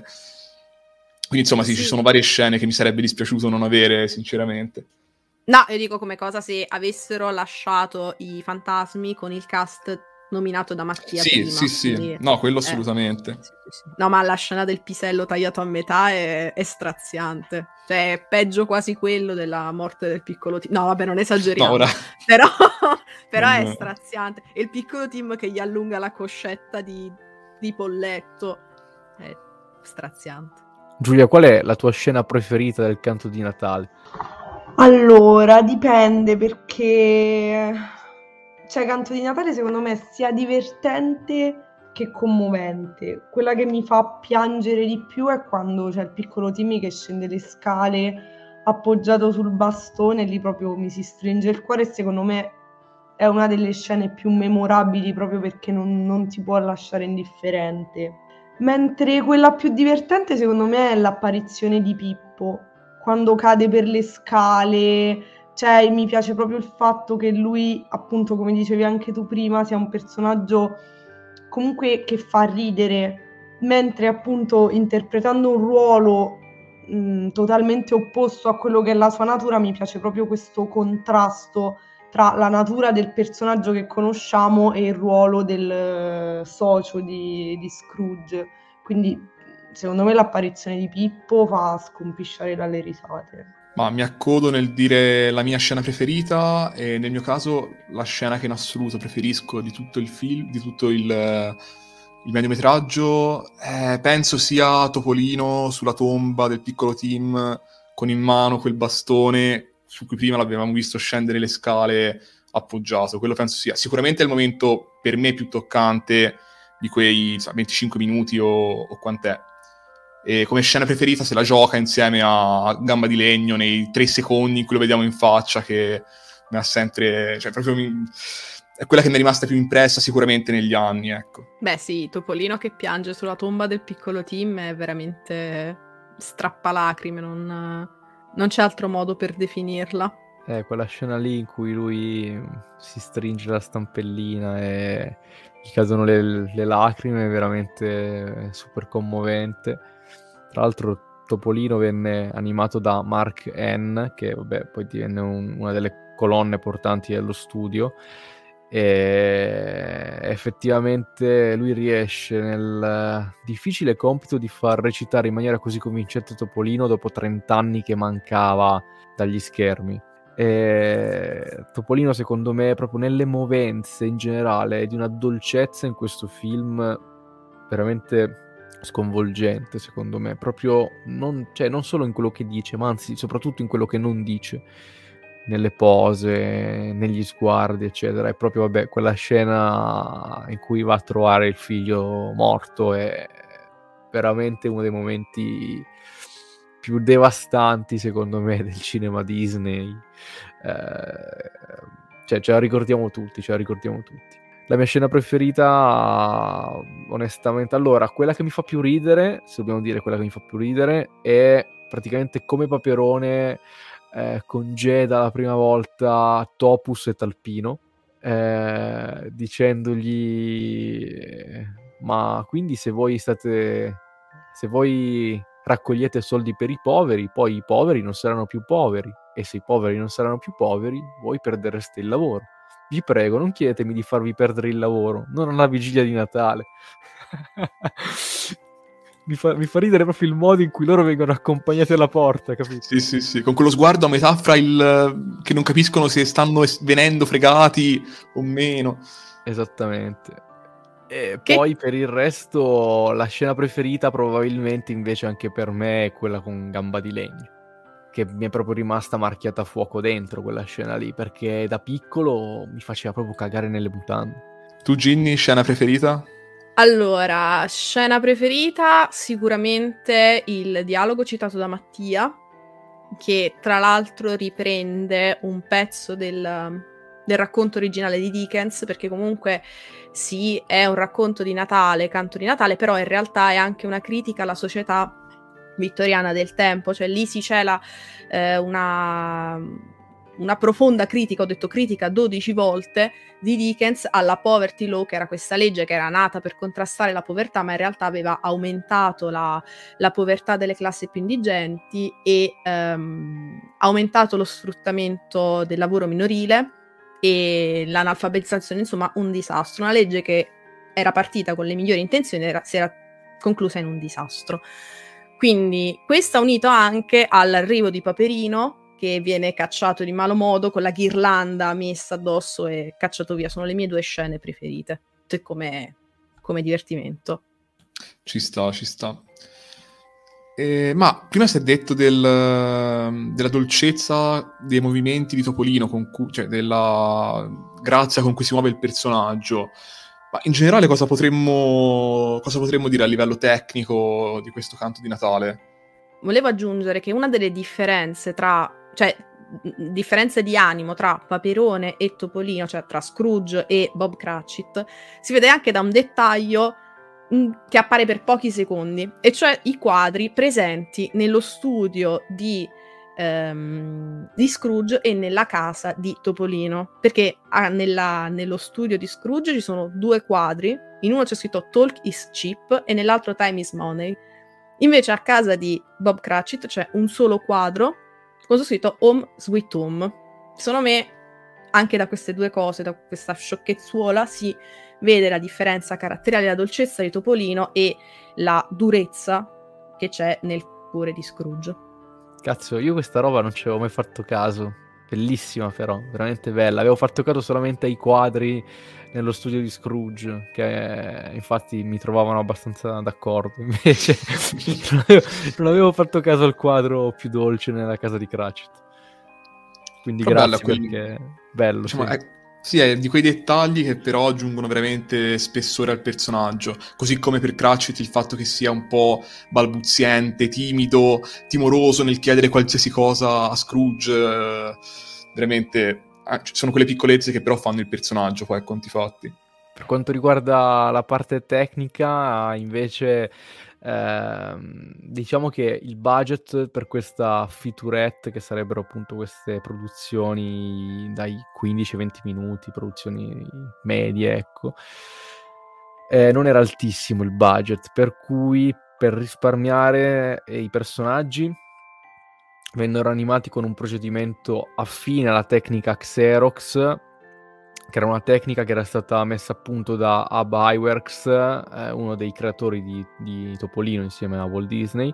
Quindi insomma sì, ci sono varie scene che mi sarebbe dispiaciuto non avere, sinceramente. No, io dico come cosa se avessero lasciato i fantasmi con il cast nominato da Mattia prima. Sì, quindi, no, quello assolutamente. Sì. No, ma la scena del pisello tagliato a metà è straziante. Cioè, è peggio quasi quello della morte del piccolo Tim. No, vabbè, non esageriamo. No, ora... Però è straziante. E il piccolo Tim che gli allunga la coscetta di polletto è straziante. Giulia, qual è la tua scena preferita del canto di Natale? Allora, dipende perché... Cioè, Canto di Natale secondo me è sia divertente che commovente. Quella che mi fa piangere di più è quando c'è il piccolo Timmy che scende le scale appoggiato sul bastone, lì proprio mi si stringe il cuore e secondo me è una delle scene più memorabili proprio perché non ti può lasciare indifferente. Mentre quella più divertente secondo me è l'apparizione di Pippo, quando cade per le scale. Cioè, mi piace proprio il fatto che lui, appunto, come dicevi anche tu prima, sia un personaggio comunque che fa ridere, mentre appunto interpretando un ruolo totalmente opposto a quello che è la sua natura, mi piace proprio questo contrasto tra la natura del personaggio che conosciamo e il ruolo del socio di Scrooge. Quindi, secondo me, l'apparizione di Pippo fa scompisciare dalle risate. Ma mi accodo nel dire la mia scena preferita e nel mio caso la scena che in assoluto preferisco di tutto il film, di tutto il mediometraggio, penso sia Topolino sulla tomba del piccolo Tim con in mano quel bastone su cui prima l'avevamo visto scendere le scale appoggiato. Quello penso sia sicuramente il momento per me più toccante di quei 25 minuti o quant'è. E come scena preferita se la gioca insieme a Gamba di Legno nei 3 secondi in cui lo vediamo in faccia, che mi ha sempre... cioè proprio è quella che mi è rimasta più impressa sicuramente negli anni, ecco. Beh sì, Topolino che piange sulla tomba del piccolo Tim è veramente strappalacrime, non c'è altro modo per definirla. Quella scena lì in cui lui si stringe la stampellina e gli cadono le lacrime è veramente super commovente. Tra l'altro Topolino venne animato da Mark N, che vabbè, poi divenne una delle colonne portanti dello studio, e effettivamente lui riesce nel difficile compito di far recitare in maniera così convincente Topolino dopo 30 anni che mancava dagli schermi. E Topolino secondo me proprio nelle movenze in generale è di una dolcezza in questo film veramente sconvolgente, secondo me, proprio non solo in quello che dice, ma anzi soprattutto in quello che non dice, nelle pose, negli sguardi, eccetera. È proprio, vabbè, quella scena in cui va a trovare il figlio morto è veramente uno dei momenti più devastanti, secondo me, del cinema Disney. Ce la ricordiamo tutti. La mia scena preferita, onestamente, allora, quella che mi fa più ridere, se dobbiamo dire quella che mi fa più ridere, è praticamente come Paperone congeda la prima volta Topus e Talpino, dicendogli ma quindi se voi raccogliete soldi per i poveri, poi i poveri non saranno più poveri, e se i poveri non saranno più poveri, voi perdereste il lavoro. Vi prego, non chiedetemi di farvi perdere il lavoro, non alla vigilia di Natale. mi fa ridere proprio il modo in cui loro vengono accompagnati alla porta, capito? Sì, con quello sguardo a metà fra il che non capiscono se stanno venendo fregati o meno. Esattamente. E poi per il resto la scena preferita probabilmente invece anche per me è quella con Gamba di Legno, che mi è proprio rimasta marchiata a fuoco dentro quella scena lì, perché da piccolo mi faceva proprio cagare nelle mutande. Tu, Ginny, scena preferita? Allora, scena preferita sicuramente il dialogo citato da Mattia, che tra l'altro riprende un pezzo del racconto originale di Dickens, perché comunque sì, è un racconto di Natale, canto di Natale, però in realtà è anche una critica alla società vittoriana del tempo, cioè lì si cela una profonda critica, ho detto critica 12 volte, di Dickens alla poverty law, che era questa legge che era nata per contrastare la povertà, ma in realtà aveva aumentato la povertà delle classi più indigenti e aumentato lo sfruttamento del lavoro minorile e l'analfabetizzazione, insomma un disastro, una legge che era partita con le migliori intenzioni si era conclusa in un disastro. Quindi questo unito anche all'arrivo di Paperino, che viene cacciato di malo modo con la ghirlanda messa addosso e cacciato via. Sono le mie 2 scene preferite come divertimento. Ci sta. Ma prima si è detto della dolcezza dei movimenti di Topolino, cioè della grazia con cui si muove il personaggio. Ma in generale cosa potremmo dire a livello tecnico di questo canto di Natale? Volevo aggiungere che una delle differenze differenze di animo tra Paperone e Topolino, cioè tra Scrooge e Bob Cratchit, si vede anche da un dettaglio che appare per pochi secondi, e cioè i quadri presenti nello studio di Scrooge e nella casa di Topolino, perché nello studio di Scrooge ci sono 2 quadri, in uno c'è scritto Talk is cheap e nell'altro Time is money. Invece a casa di Bob Cratchit c'è un solo quadro con scritto Home Sweet Home. Secondo me, anche da queste 2 cose, da questa sciocchezzuola, si vede la differenza caratteriale, la dolcezza di Topolino e la durezza che c'è nel cuore di Scrooge. Cazzo, io questa roba non ci avevo mai fatto caso. Bellissima però, veramente bella. Avevo fatto caso solamente ai quadri nello studio di Scrooge, che infatti mi trovavano abbastanza d'accordo. Invece non avevo fatto caso al quadro più dolce nella casa di Cratchit. Quindi però grazie, perché bello, diciamo, sì. Sì, è di quei dettagli che però aggiungono veramente spessore al personaggio. Così come per Cratchit il fatto che sia un po' balbuziente, timido, timoroso nel chiedere qualsiasi cosa a Scrooge. Veramente sono quelle piccolezze che però fanno il personaggio, poi a conti fatti. Per quanto riguarda la parte tecnica, invece, diciamo che il budget per questa featurette, che sarebbero appunto queste produzioni dai 15-20 minuti, produzioni medie, ecco, non era altissimo il budget, per cui per risparmiare i personaggi vennero animati con un procedimento affine alla tecnica Xerox, che era una tecnica che era stata messa a punto da Ub Iwerks, uno dei creatori di Topolino insieme a Walt Disney,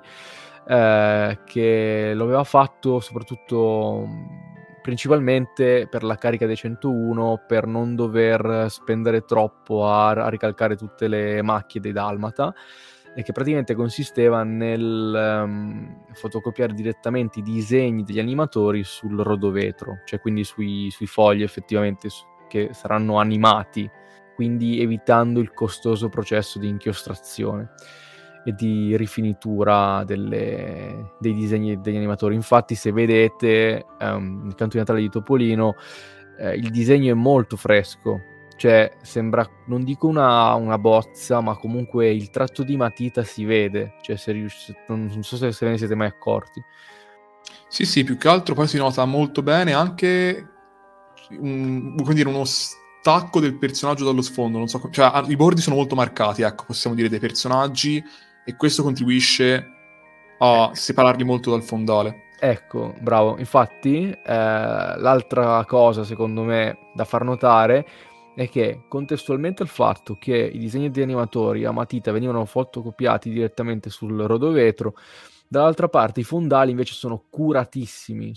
che lo aveva fatto soprattutto principalmente per la carica dei 101, per non dover spendere troppo a ricalcare tutte le macchie dei Dalmata, e che praticamente consisteva nel fotocopiare direttamente i disegni degli animatori sul rodovetro, cioè quindi sui fogli effettivamente che saranno animati, quindi evitando il costoso processo di inchiostrazione e di rifinitura dei disegni degli animatori. Infatti, se vedete il canto di Natale di Topolino, il disegno è molto fresco, cioè sembra, non dico una bozza, ma comunque il tratto di matita si vede, cioè non so se ve ne siete mai accorti. Sì, più che altro poi si nota molto bene anche uno stacco del personaggio dallo sfondo, non so, cioè i bordi sono molto marcati, ecco, possiamo dire, dei personaggi, e questo contribuisce a separarli molto dal fondale. Ecco, bravo. Infatti, l'altra cosa secondo me da far notare è che contestualmente al fatto che i disegni di animatori a matita venivano fotocopiati direttamente sul rodovetro, dall'altra parte i fondali invece sono curatissimi,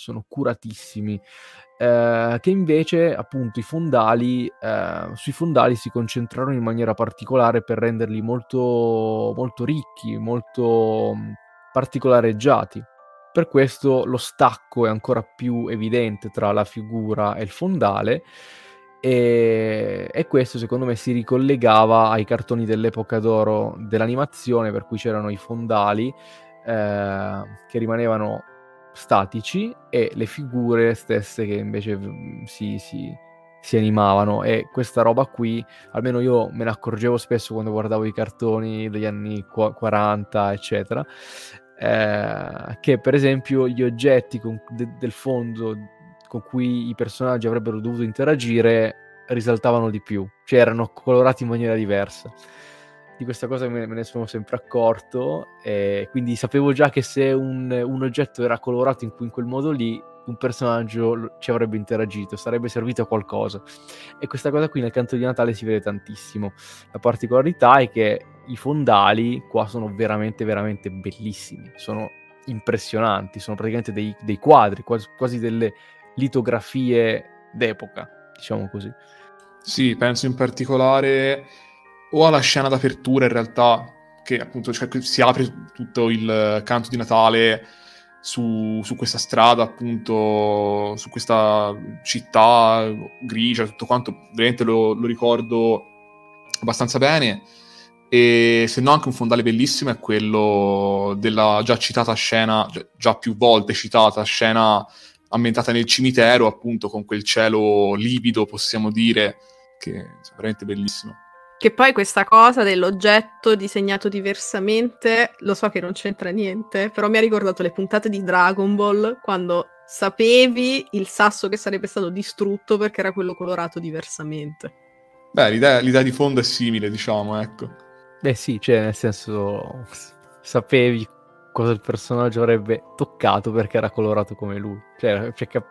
che invece appunto sui fondali si concentrarono in maniera particolare per renderli molto, molto ricchi, molto particolareggiati. Per questo lo stacco è ancora più evidente tra la figura e il fondale, e questo secondo me si ricollegava ai cartoni dell'epoca d'oro dell'animazione, per cui c'erano i fondali che rimanevano statici e le figure stesse che invece si animavano. E questa roba qui, almeno io me ne accorgevo spesso quando guardavo i cartoni degli anni 40, eccetera, che per esempio gli oggetti del fondo con cui i personaggi avrebbero dovuto interagire risaltavano di più, cioè erano colorati in maniera diversa. Di questa cosa me ne sono sempre accorto, e quindi sapevo già che se un oggetto era colorato in quel modo lì, un personaggio ci avrebbe interagito, sarebbe servito a qualcosa. E questa cosa qui nel canto di Natale si vede tantissimo. La particolarità è che i fondali qua sono veramente veramente bellissimi, sono impressionanti, sono praticamente dei quadri, quasi delle litografie d'epoca, diciamo così. Sì, penso in particolare o alla scena d'apertura in realtà, che appunto si apre tutto il canto di Natale su questa strada, appunto, su questa città grigia, tutto quanto, veramente lo ricordo abbastanza bene. E se no anche un fondale bellissimo è quello della già citata scena, già più volte citata scena ambientata nel cimitero, appunto, con quel cielo livido, possiamo dire, che è veramente bellissimo. Che poi questa cosa dell'oggetto disegnato diversamente, lo so che non c'entra niente, però mi ha ricordato le puntate di Dragon Ball, quando sapevi il sasso che sarebbe stato distrutto perché era quello colorato diversamente. Beh, l'idea di fondo è simile, diciamo, ecco. Beh sì, cioè nel senso sapevi cosa il personaggio avrebbe toccato perché era colorato come lui, cioè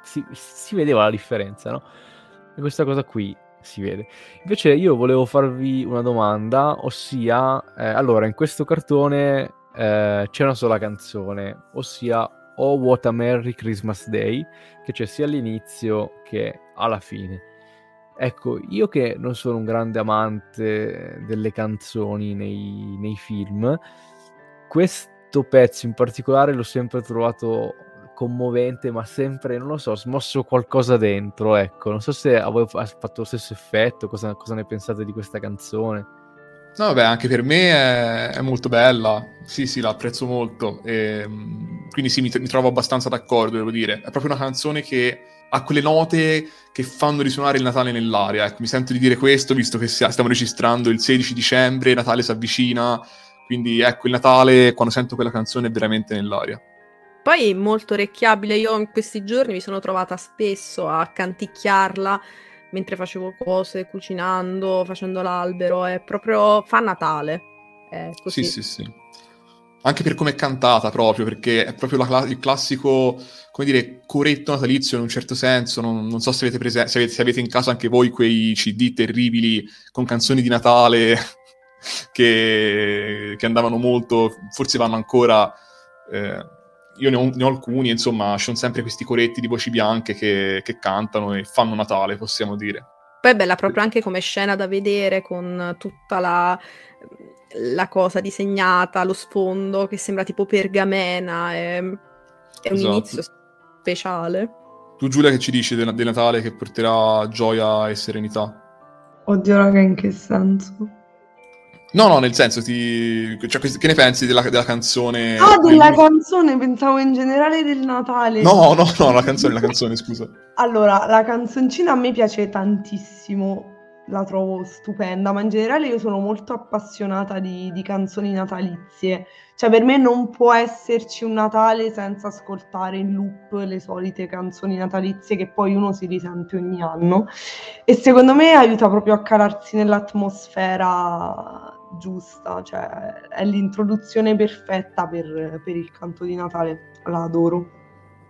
si vedeva la differenza, no? E questa cosa qui si vede. Invece io volevo farvi una domanda, ossia, allora in questo cartone c'è una sola canzone, ossia Oh What a Merry Christmas Day, che c'è sia all'inizio che alla fine. Ecco, io che non sono un grande amante delle canzoni nei film, questo pezzo in particolare l'ho sempre trovato commovente, ma sempre, non lo so, smosso qualcosa dentro, ecco. Non so se a voi ha fatto lo stesso effetto, cosa ne pensate di questa canzone? No, vabbè, anche per me è molto bella, sì, la apprezzo molto, quindi sì, mi trovo abbastanza d'accordo, devo dire. È proprio una canzone che ha quelle note che fanno risuonare il Natale nell'aria, ecco, mi sento di dire questo, visto che stiamo registrando il 16 dicembre, Natale si avvicina, quindi ecco, il Natale, quando sento quella canzone, è veramente nell'aria. Poi molto orecchiabile, io in questi giorni mi sono trovata spesso a canticchiarla mentre facevo cose, cucinando, facendo l'albero, è proprio fa Natale, è così. Sì. Anche per come è cantata proprio, perché è proprio il classico, come dire, coretto natalizio in un certo senso. Non so se avete se avete in casa anche voi quei CD terribili con canzoni di Natale che andavano molto, forse vanno ancora. Io ne ho alcuni, insomma, ci sono sempre questi coretti di voci bianche che cantano e fanno Natale, possiamo dire. Poi è bella proprio anche come scena da vedere, con tutta la cosa disegnata, lo sfondo che sembra tipo pergamena, è un inizio speciale. Tu, Giulia, che ci dici del Natale che porterà gioia e serenità? Oddio, raga, in che senso? No, nel senso, cioè, che ne pensi della canzone? Ah, della canzone, pensavo in generale del Natale. No, la canzone, scusa. Allora, la canzoncina a me piace tantissimo, la trovo stupenda, ma in generale io sono molto appassionata di canzoni natalizie. Cioè, per me non può esserci un Natale senza ascoltare in loop le solite canzoni natalizie che poi uno si risente ogni anno. E secondo me aiuta proprio a calarsi nell'atmosfera giusta, cioè è l'introduzione perfetta per il canto di Natale, la adoro.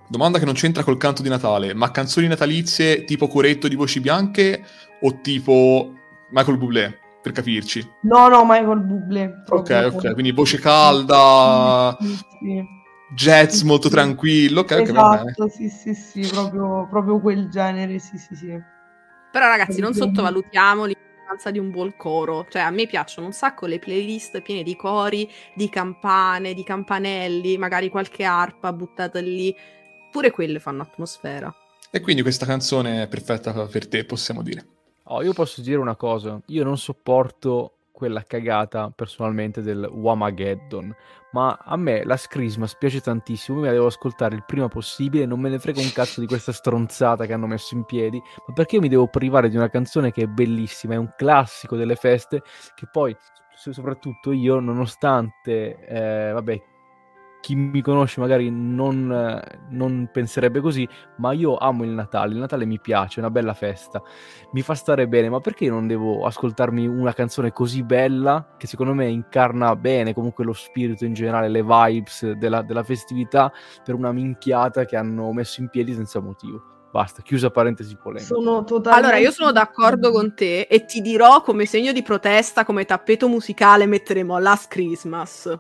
Domanda che non c'entra col canto di Natale, ma canzoni natalizie tipo Coretto di Voci Bianche o tipo Michael Bublé, per capirci? No, Michael Bublé. Proprio. Ok, quindi voce calda, Sì. jazz Sì, molto sì. tranquillo, ok, va bene. Esatto, sì, proprio quel genere, sì. Però ragazzi, non sottovalutiamo l'importanza di un buon coro. Cioè, a me piacciono un sacco le playlist piene di cori, di campane, di campanelli, magari qualche arpa buttata lì. Pure quelle fanno atmosfera. E quindi questa canzone è perfetta per te, possiamo dire. Oh, io posso dire una cosa, io non sopporto quella cagata personalmente del Whamageddon, ma a me la Christmas piace tantissimo, io me la devo ascoltare il prima possibile, non me ne frega un cazzo di questa stronzata che hanno messo in piedi, ma perché io mi devo privare di una canzone che è bellissima, è un classico delle feste, che poi, soprattutto io, nonostante, vabbè, chi mi conosce magari non penserebbe così, ma io amo il Natale mi piace, è una bella festa, mi fa stare bene, ma perché non devo ascoltarmi una canzone così bella, che secondo me incarna bene comunque lo spirito in generale, le vibes della festività, per una minchiata che hanno messo in piedi senza motivo. Basta, chiusa parentesi polemica. Sono totalmente... Allora, io sono d'accordo con te e ti dirò come segno di protesta, come tappeto musicale metteremo Last Christmas.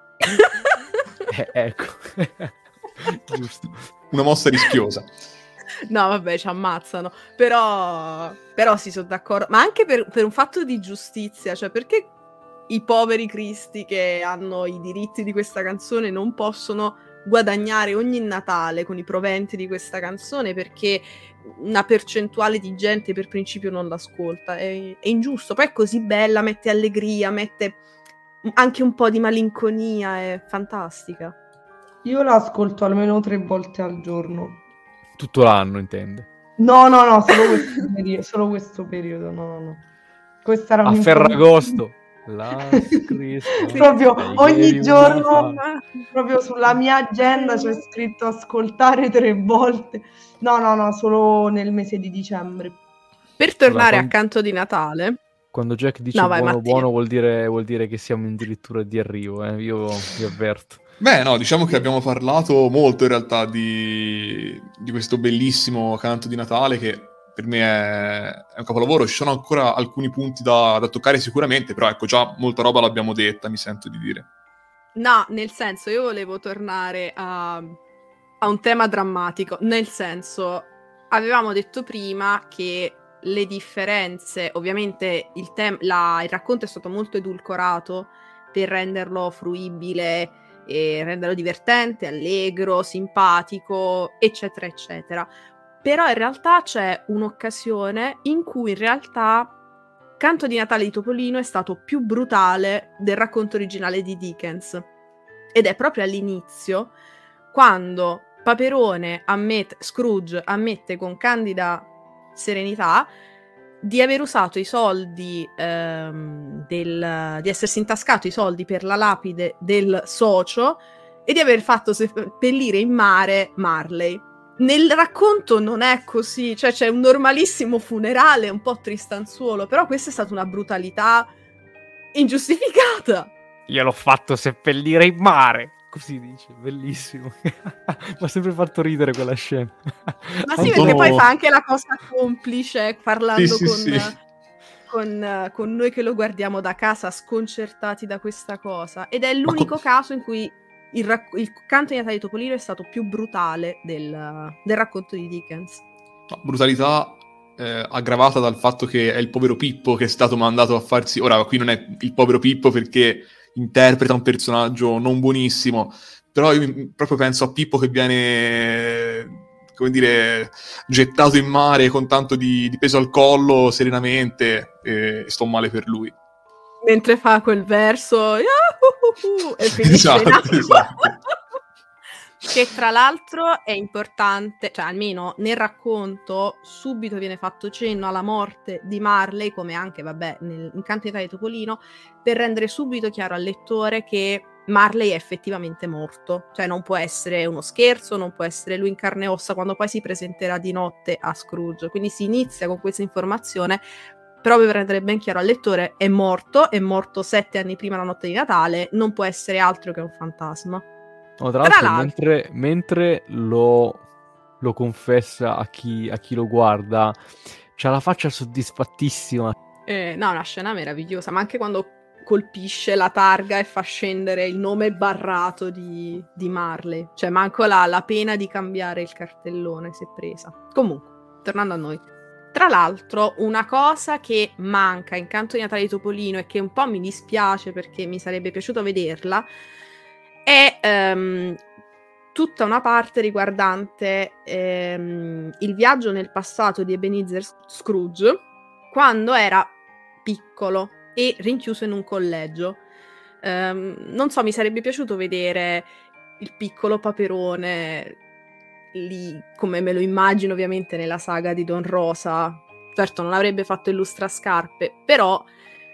Ecco, giusto. Una mossa rischiosa. No, vabbè, ci ammazzano. Però sì, sono d'accordo. Ma anche per un fatto di giustizia, cioè perché i poveri cristi che hanno i diritti di questa canzone non possono guadagnare ogni Natale con i proventi di questa canzone, perché una percentuale di gente per principio non l'ascolta. È ingiusto. Poi è così bella, mette allegria, mette anche un po' di malinconia, è fantastica. Io l'ascolto almeno 3 volte al giorno. Tutto l'anno, intende? No, solo questo periodo, no. Questa era A Ferragosto. Proprio ogni giorno, proprio sulla mia agenda c'è scritto ascoltare 3 volte. No, solo nel mese di dicembre. Per tornare a Canto di Natale... Quando Jack dice buono vuol dire che siamo addirittura di arrivo, io vi avverto. Beh, no, diciamo che abbiamo parlato molto in realtà di questo bellissimo canto di Natale che per me è un capolavoro. Ci sono ancora alcuni punti da toccare sicuramente, però ecco, già molta roba l'abbiamo detta, mi sento di dire. No, nel senso, io volevo tornare a un tema drammatico, nel senso, avevamo detto prima che le differenze, ovviamente il racconto è stato molto edulcorato per renderlo fruibile e renderlo divertente, allegro, simpatico, eccetera, eccetera. Però in realtà c'è un'occasione in cui in realtà Canto di Natale di Topolino è stato più brutale del racconto originale di Dickens. Ed è proprio all'inizio, quando Scrooge ammette con candida serenità di aver usato i soldi, di essersi intascato i soldi per la lapide del socio e di aver fatto seppellire in mare Marley. Nel racconto non è così, cioè c'è un normalissimo funerale un po' tristanzuolo, però questa è stata una brutalità ingiustificata. Io l'ho fatto seppellire in mare. Così dice, bellissimo. Mi ha sempre fatto ridere quella scena. Ma sì, perché poi fa anche la cosa complice parlando sì. con noi che lo guardiamo da casa sconcertati da questa cosa. Ed è l'unico caso in cui il canto di Natale di Topolino è stato più brutale del racconto di Dickens. No, brutalità aggravata dal fatto che è il povero Pippo che è stato mandato a farsi... Ora, qui non è il povero Pippo perché interpreta un personaggio non buonissimo, però io proprio penso a Pippo che viene, come dire, gettato in mare con tanto di peso al collo serenamente, e sto male per lui. Mentre fa quel verso e finisce in acqua. Esatto. Che tra l'altro è importante, cioè almeno nel racconto subito viene fatto cenno alla morte di Marley, come anche, vabbè, in Canto di Natale di Topolino, per rendere subito chiaro al lettore che Marley è effettivamente morto, cioè non può essere uno scherzo, non può essere lui in carne e ossa quando poi si presenterà di notte a Scrooge. Quindi si inizia con questa informazione proprio per rendere ben chiaro al lettore: è morto 7 anni prima la notte di Natale, non può essere altro che un fantasma. No, tra l'altro, mentre lo confessa a chi lo guarda, c'ha la faccia soddisfattissima. No, una scena meravigliosa, ma anche quando colpisce la targa e fa scendere il nome barrato di Marley. Cioè, manco la pena di cambiare il cartellone si è presa. Comunque, tornando a noi. Tra l'altro, una cosa che manca in Canto di Natale di Topolino e che un po' mi dispiace perché mi sarebbe piaciuto vederla è tutta una parte riguardante il viaggio nel passato di Ebenezer Scrooge quando era piccolo e rinchiuso in un collegio. Non so, mi sarebbe piaciuto vedere il piccolo Paperone lì, come me lo immagino ovviamente nella saga di Don Rosa. Certo, non avrebbe fatto il lustrascarpe, però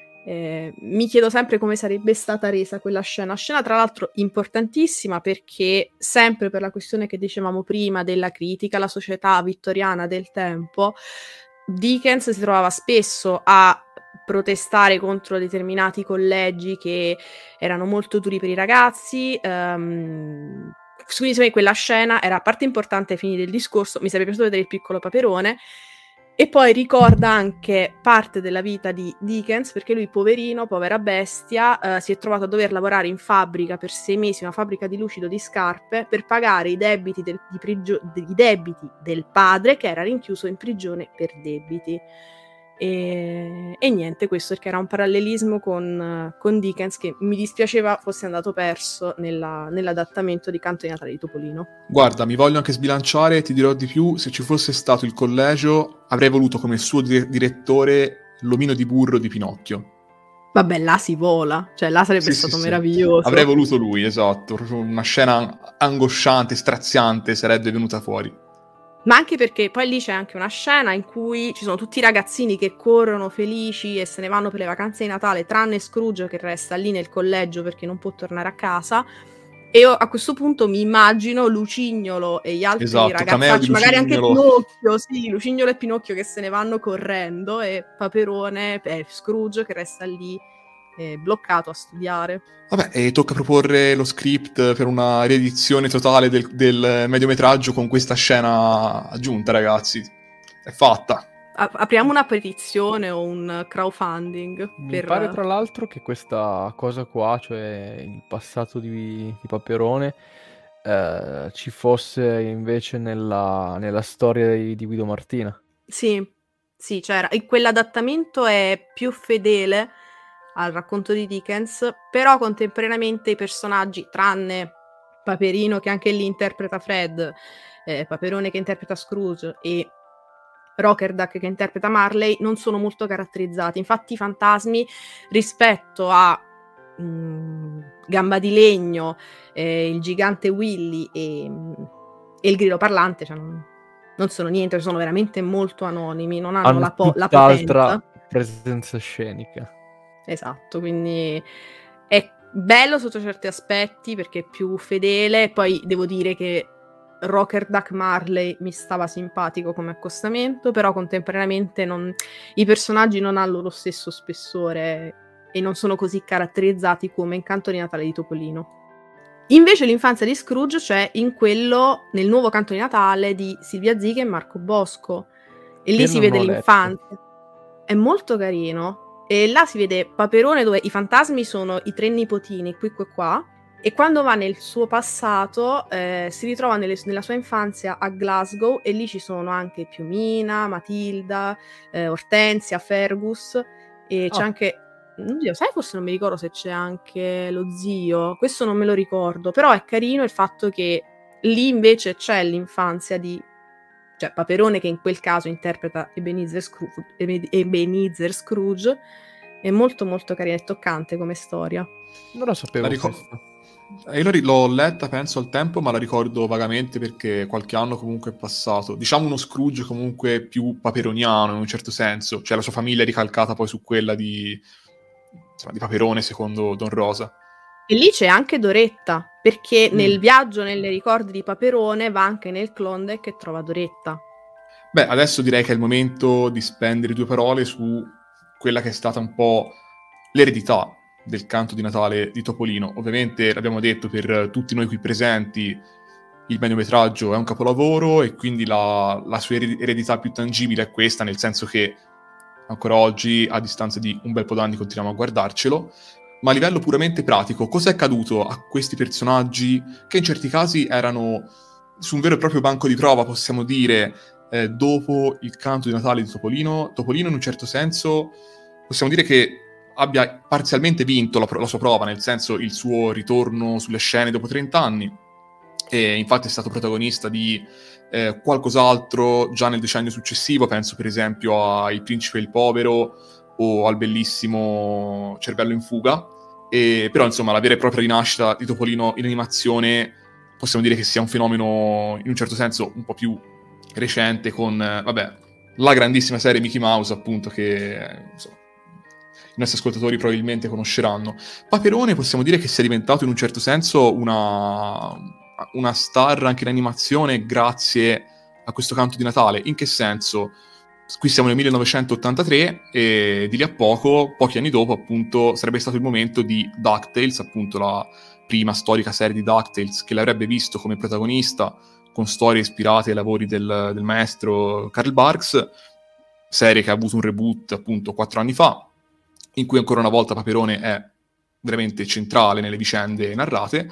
mi chiedo sempre come sarebbe stata resa quella scena. Scena tra l'altro importantissima perché, sempre per la questione che dicevamo prima della critica alla società vittoriana del tempo, Dickens si trovava spesso a protestare contro determinati collegi che erano molto duri per i ragazzi. Quindi secondo me quella scena era parte importante ai fini del discorso. Mi sarebbe piaciuto vedere il piccolo Paperone. E poi ricorda anche parte della vita di Dickens, perché lui, poverino, povera bestia, si è trovato a dover lavorare in fabbrica per 6 mesi, una fabbrica di lucido di scarpe, per pagare i debiti i debiti del padre, che era rinchiuso in prigione per debiti. E niente, questo perché era un parallelismo con Dickens che mi dispiaceva fosse andato perso nell'adattamento di Canto di Natale di Topolino. Guarda, mi voglio anche sbilanciare, ti dirò di più, se ci fosse stato il collegio avrei voluto come suo direttore l'omino di burro di Pinocchio. Vabbè, là si vola, cioè là sarebbe stato meraviglioso. Avrei voluto lui, esatto, proprio una scena angosciante, straziante sarebbe venuta fuori. Ma anche perché poi lì c'è anche una scena in cui ci sono tutti i ragazzini che corrono felici e se ne vanno per le vacanze di Natale, tranne Scrooge che resta lì nel collegio perché non può tornare a casa. E io a questo punto mi immagino Lucignolo e gli altri ragazzacci, magari anche Pinocchio, sì, Lucignolo e Pinocchio che se ne vanno correndo e Paperone, Scrooge che resta lì bloccato a studiare. Vabbè, e tocca proporre lo script per una riedizione totale del mediometraggio con questa scena aggiunta, ragazzi. È fatta. Apriamo una petizione o un crowdfunding. Mi pare tra l'altro che questa cosa qua, cioè il passato di Paperone, ci fosse invece nella storia di Guido Martina. Sì, c'era. E quell'adattamento è più fedele al racconto di Dickens, però contemporaneamente i personaggi, tranne Paperino che anche lì interpreta Fred, Paperone che interpreta Scrooge e Rockerduck che interpreta Marley, non sono molto caratterizzati. Infatti i fantasmi rispetto a Gamba di Legno, il gigante Willy e il grillo parlante, cioè non sono niente, sono veramente molto anonimi, non hanno la potenza. Presenza scenica. Esatto, quindi è bello sotto certi aspetti perché è più fedele. Poi devo dire che Rockerduck Marley mi stava simpatico come accostamento, però contemporaneamente i personaggi non hanno lo stesso spessore e non sono così caratterizzati come in Canto di Natale di Topolino. Invece l'infanzia di Scrooge c'è nel nuovo Canto di Natale di Silvia Ziga e Marco Bosco, e lì si vede l'infanzia. È molto carino. E là si vede Paperone dove i fantasmi sono i 3 nipotini, qui e qua, e quando va nel suo passato si ritrova nella sua infanzia a Glasgow e lì ci sono anche Piumina, Matilda, Ortensia, Fergus e c'è anche, oddio, sai, forse non mi ricordo se c'è anche lo zio, questo non me lo ricordo, però è carino il fatto che lì invece c'è l'infanzia cioè Paperone che in quel caso interpreta Ebenezer Scrooge, è molto molto carina e toccante come storia. Non la sapevo. Io l'ho letta, penso, al tempo, ma la ricordo vagamente perché qualche anno comunque è passato. Diciamo uno Scrooge comunque più paperoniano in un certo senso, cioè la sua famiglia è ricalcata poi su quella di Paperone secondo Don Rosa. E lì c'è anche Doretta, perché nel viaggio nei ricordi di Paperone va anche nel Klondike e trova Doretta. Beh, adesso direi che è il momento di spendere 2 parole su quella che è stata un po' l'eredità del canto di Natale di Topolino. Ovviamente, l'abbiamo detto per tutti noi qui presenti, il mediometraggio è un capolavoro e quindi la sua eredità più tangibile è questa, nel senso che ancora oggi, a distanza di un bel po' d'anni, continuiamo a guardarcelo. Ma a livello puramente pratico, cosa è accaduto a questi personaggi che in certi casi erano su un vero e proprio banco di prova, possiamo dire, dopo il canto di Natale di Topolino? Topolino in un certo senso possiamo dire che abbia parzialmente vinto la sua prova, nel senso il suo ritorno sulle scene dopo 30 anni, e infatti è stato protagonista di qualcos'altro già nel decennio successivo, penso per esempio a Il Principe e il Povero o al bellissimo Cervello in fuga, però insomma la vera e propria rinascita di Topolino in animazione possiamo dire che sia un fenomeno in un certo senso un po' più recente con, la grandissima serie Mickey Mouse, appunto, che insomma, i nostri ascoltatori probabilmente conosceranno. Paperone possiamo dire che sia diventato in un certo senso una star anche in animazione grazie a questo canto di Natale. In che senso? Qui siamo nel 1983 e di lì a pochi anni dopo, appunto, sarebbe stato il momento di DuckTales, appunto la prima storica serie di DuckTales, che l'avrebbe visto come protagonista con storie ispirate ai lavori del maestro Karl Barks, serie che ha avuto un reboot appunto 4 anni fa, in cui ancora una volta Paperone è veramente centrale nelle vicende narrate.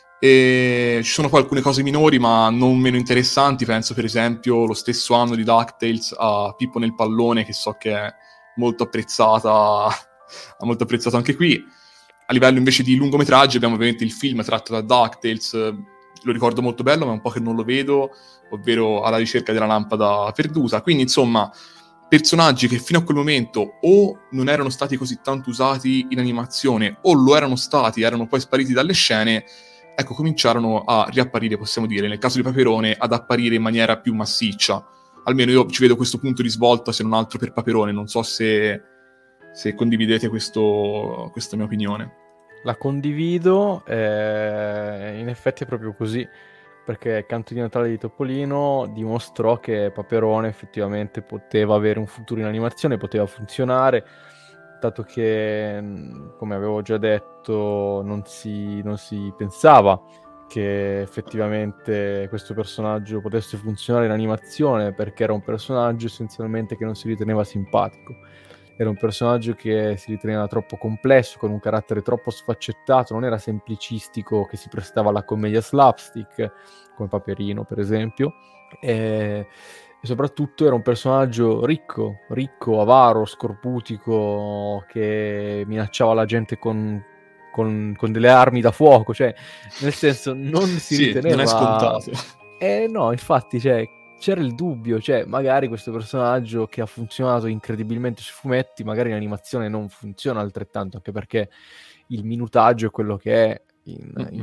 E ci sono poi alcune cose minori ma non meno interessanti, penso per esempio lo stesso anno di DuckTales a Pippo nel pallone, che so che è molto apprezzata anche qui. A livello invece di lungometraggi abbiamo ovviamente il film tratto da DuckTales, lo ricordo molto bello ma è un po' che non lo vedo, ovvero Alla ricerca della lampada perduta. Quindi insomma personaggi che fino a quel momento o non erano stati così tanto usati in animazione o lo erano stati, erano poi spariti dalle scene, ecco, cominciarono a riapparire, possiamo dire, nel caso di Paperone, ad apparire in maniera più massiccia. Almeno io ci vedo questo punto di svolta, se non altro per Paperone. Non so se condividete questa mia opinione. La condivido, in effetti è proprio così, perché Canto di Natale di Topolino dimostrò che Paperone effettivamente poteva avere un futuro in animazione, poteva funzionare, dato che, come avevo già detto, non si pensava che effettivamente questo personaggio potesse funzionare in animazione, perché era un personaggio essenzialmente che non si riteneva simpatico. Era un personaggio che si riteneva troppo complesso, con un carattere troppo sfaccettato, non era semplicistico, che si prestava alla commedia slapstick, come Paperino per esempio, e soprattutto era un personaggio ricco, avaro, scorputico, che minacciava la gente con delle armi da fuoco, cioè nel senso non si riteneva... non è scontato. No, infatti, cioè, c'era il dubbio, cioè magari questo personaggio che ha funzionato incredibilmente sui fumetti, magari in animazione non funziona altrettanto, anche perché il minutaggio è quello che è nei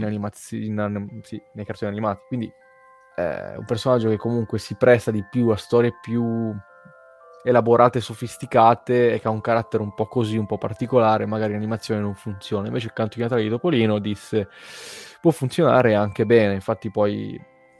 cartoni animati, quindi un personaggio che comunque si presta di più a storie più elaborate e sofisticate e che ha un carattere un po' così, un po' particolare, magari in animazione non funziona. Invece il Canto di Natale di Topolino disse può funzionare anche bene, infatti poi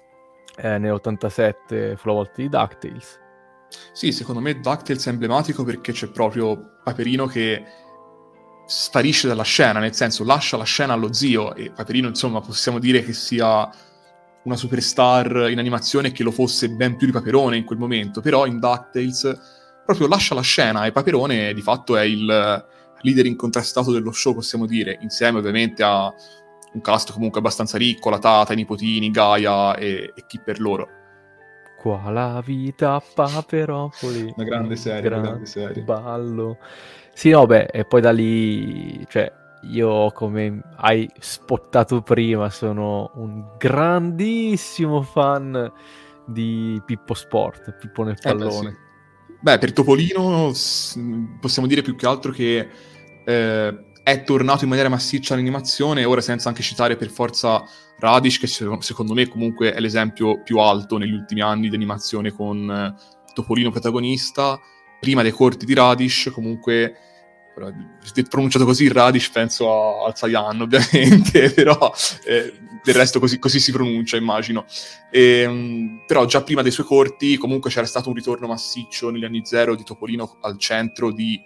nell'87 fu la volta di DuckTales. Sì, secondo me DuckTales è emblematico perché c'è proprio Paperino che sparisce dalla scena, nel senso lascia la scena allo zio, e Paperino insomma possiamo dire che sia una superstar in animazione, che lo fosse ben più di Paperone in quel momento, però in DuckTales proprio lascia la scena e Paperone di fatto è il leader incontrastato dello show, possiamo dire, insieme ovviamente a un cast comunque abbastanza ricco, la tata, i nipotini, Gaia e chi per loro. Qua la vita Paperopoli. Una grande serie. Ballo. Sì, no, beh, e poi da lì, cioè, io, come hai spottato prima, sono un grandissimo fan di Pippo Sport, Pippo nel pallone. Sì. Beh, per Topolino possiamo dire più che altro che è tornato in maniera massiccia l'animazione, ora senza anche citare per forza Radish, che secondo me comunque è l'esempio più alto negli ultimi anni di animazione con Topolino protagonista. Prima dei corti di Radish, comunque, pronunciato così Radish, penso al Saiyan ovviamente, però del resto così si pronuncia, immagino. Però già prima dei suoi corti comunque c'era stato un ritorno massiccio negli anni 0 di Topolino al centro di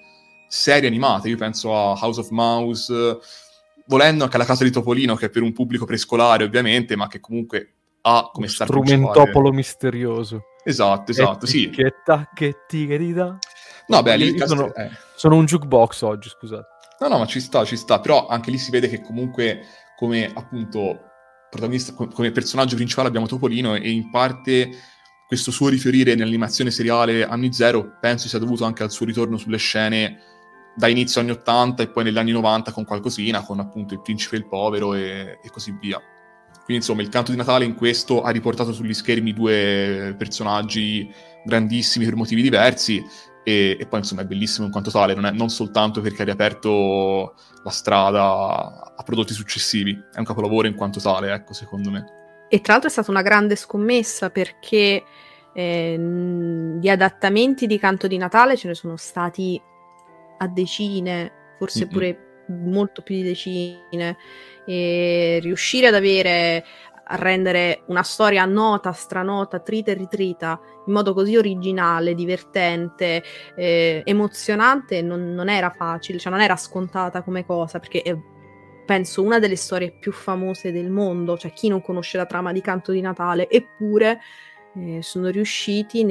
serie animate. Io penso a House of Mouse, volendo anche alla Casa di Topolino, che è per un pubblico prescolare ovviamente, ma che comunque ha come star strumentopolo principale... misterioso. Esatto, sì. Che tacchetti che ti dà. No, beh, lì Io sono un jukebox oggi, scusate. No, ma ci sta, però anche lì si vede che comunque come appunto protagonista, come personaggio principale abbiamo Topolino, e in parte questo suo rifiorire nell'animazione seriale anni zero penso sia dovuto anche al suo ritorno sulle scene da inizio anni 80 e poi negli anni 90 con qualcosina, con appunto Il Principe e il Povero e così via. Quindi insomma il Canto di Natale in questo ha riportato sugli schermi due personaggi grandissimi per motivi diversi, e poi insomma è bellissimo in quanto tale, non soltanto perché ha riaperto la strada a prodotti successivi, è un capolavoro in quanto tale, ecco, secondo me. E tra l'altro è stata una grande scommessa, perché di adattamenti di Canto di Natale ce ne sono stati a decine, forse pure molto più di decine, e riuscire a rendere una storia nota, stranota, trita e ritrita in modo così originale, divertente, emozionante non era facile, cioè non era scontata come cosa, perché è, penso, una delle storie più famose del mondo, cioè chi non conosce la trama di Canto di Natale, eppure sono riusciti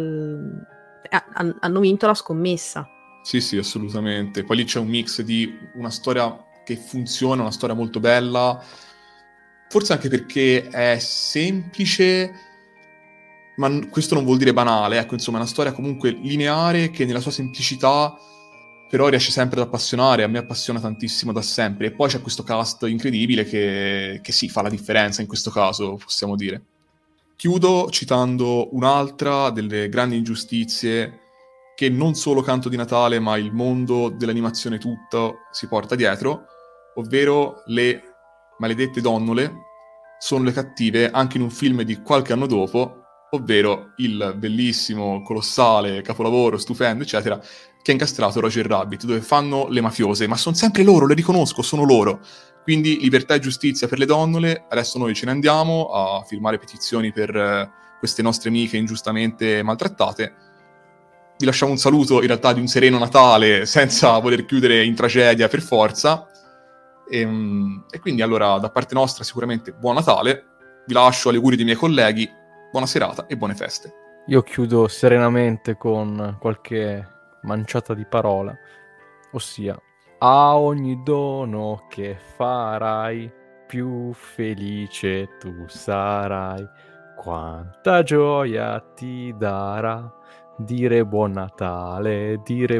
hanno vinto la scommessa. Sì, assolutamente. Poi lì c'è un mix di una storia che funziona, una storia molto bella, forse anche perché è semplice, ma questo non vuol dire banale, ecco, insomma, è una storia comunque lineare che nella sua semplicità però riesce sempre ad appassionare, a me appassiona tantissimo da sempre, e poi c'è questo cast incredibile che sì, fa la differenza in questo caso, possiamo dire. Chiudo citando un'altra delle grandi ingiustizie che non solo Canto di Natale, ma il mondo dell'animazione tutto si porta dietro, ovvero le maledette donnole sono le cattive anche in un film di qualche anno dopo, ovvero il bellissimo, colossale, capolavoro, stupendo, eccetera, che ha incastrato Roger Rabbit, dove fanno le mafiose, ma sono sempre loro, le riconosco, sono loro. Quindi libertà e giustizia per le donnole. Adesso noi ce ne andiamo a firmare petizioni per queste nostre amiche ingiustamente maltrattate. Vi lasciamo un saluto, in realtà, di un sereno Natale, senza voler chiudere in tragedia per forza. E quindi allora, da parte nostra, sicuramente buon Natale. Vi lascio agli auguri dei miei colleghi. Buona serata e buone feste. Io chiudo serenamente con qualche manciata di parola, ossia: a ogni dono che farai, più felice tu sarai. Quanta gioia ti darà dire buon Natale,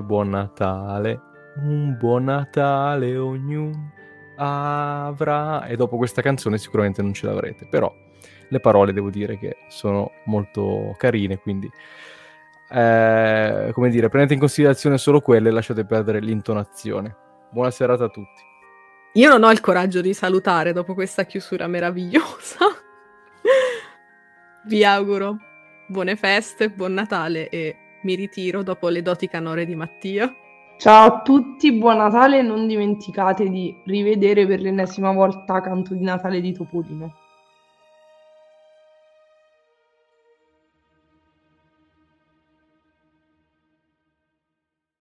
un buon Natale ognuno avrà. E dopo questa canzone sicuramente non ce l'avrete, però le parole devo dire che sono molto carine, quindi come dire, prendete in considerazione solo quelle e lasciate perdere l'intonazione. Buona serata a tutti. Io non ho il coraggio di salutare dopo questa chiusura meravigliosa. Vi auguro buone feste, buon Natale, e mi ritiro dopo le doti canore di Mattia. Ciao a tutti, buon Natale, e non dimenticate di rivedere per l'ennesima volta Canto di Natale di Topolino.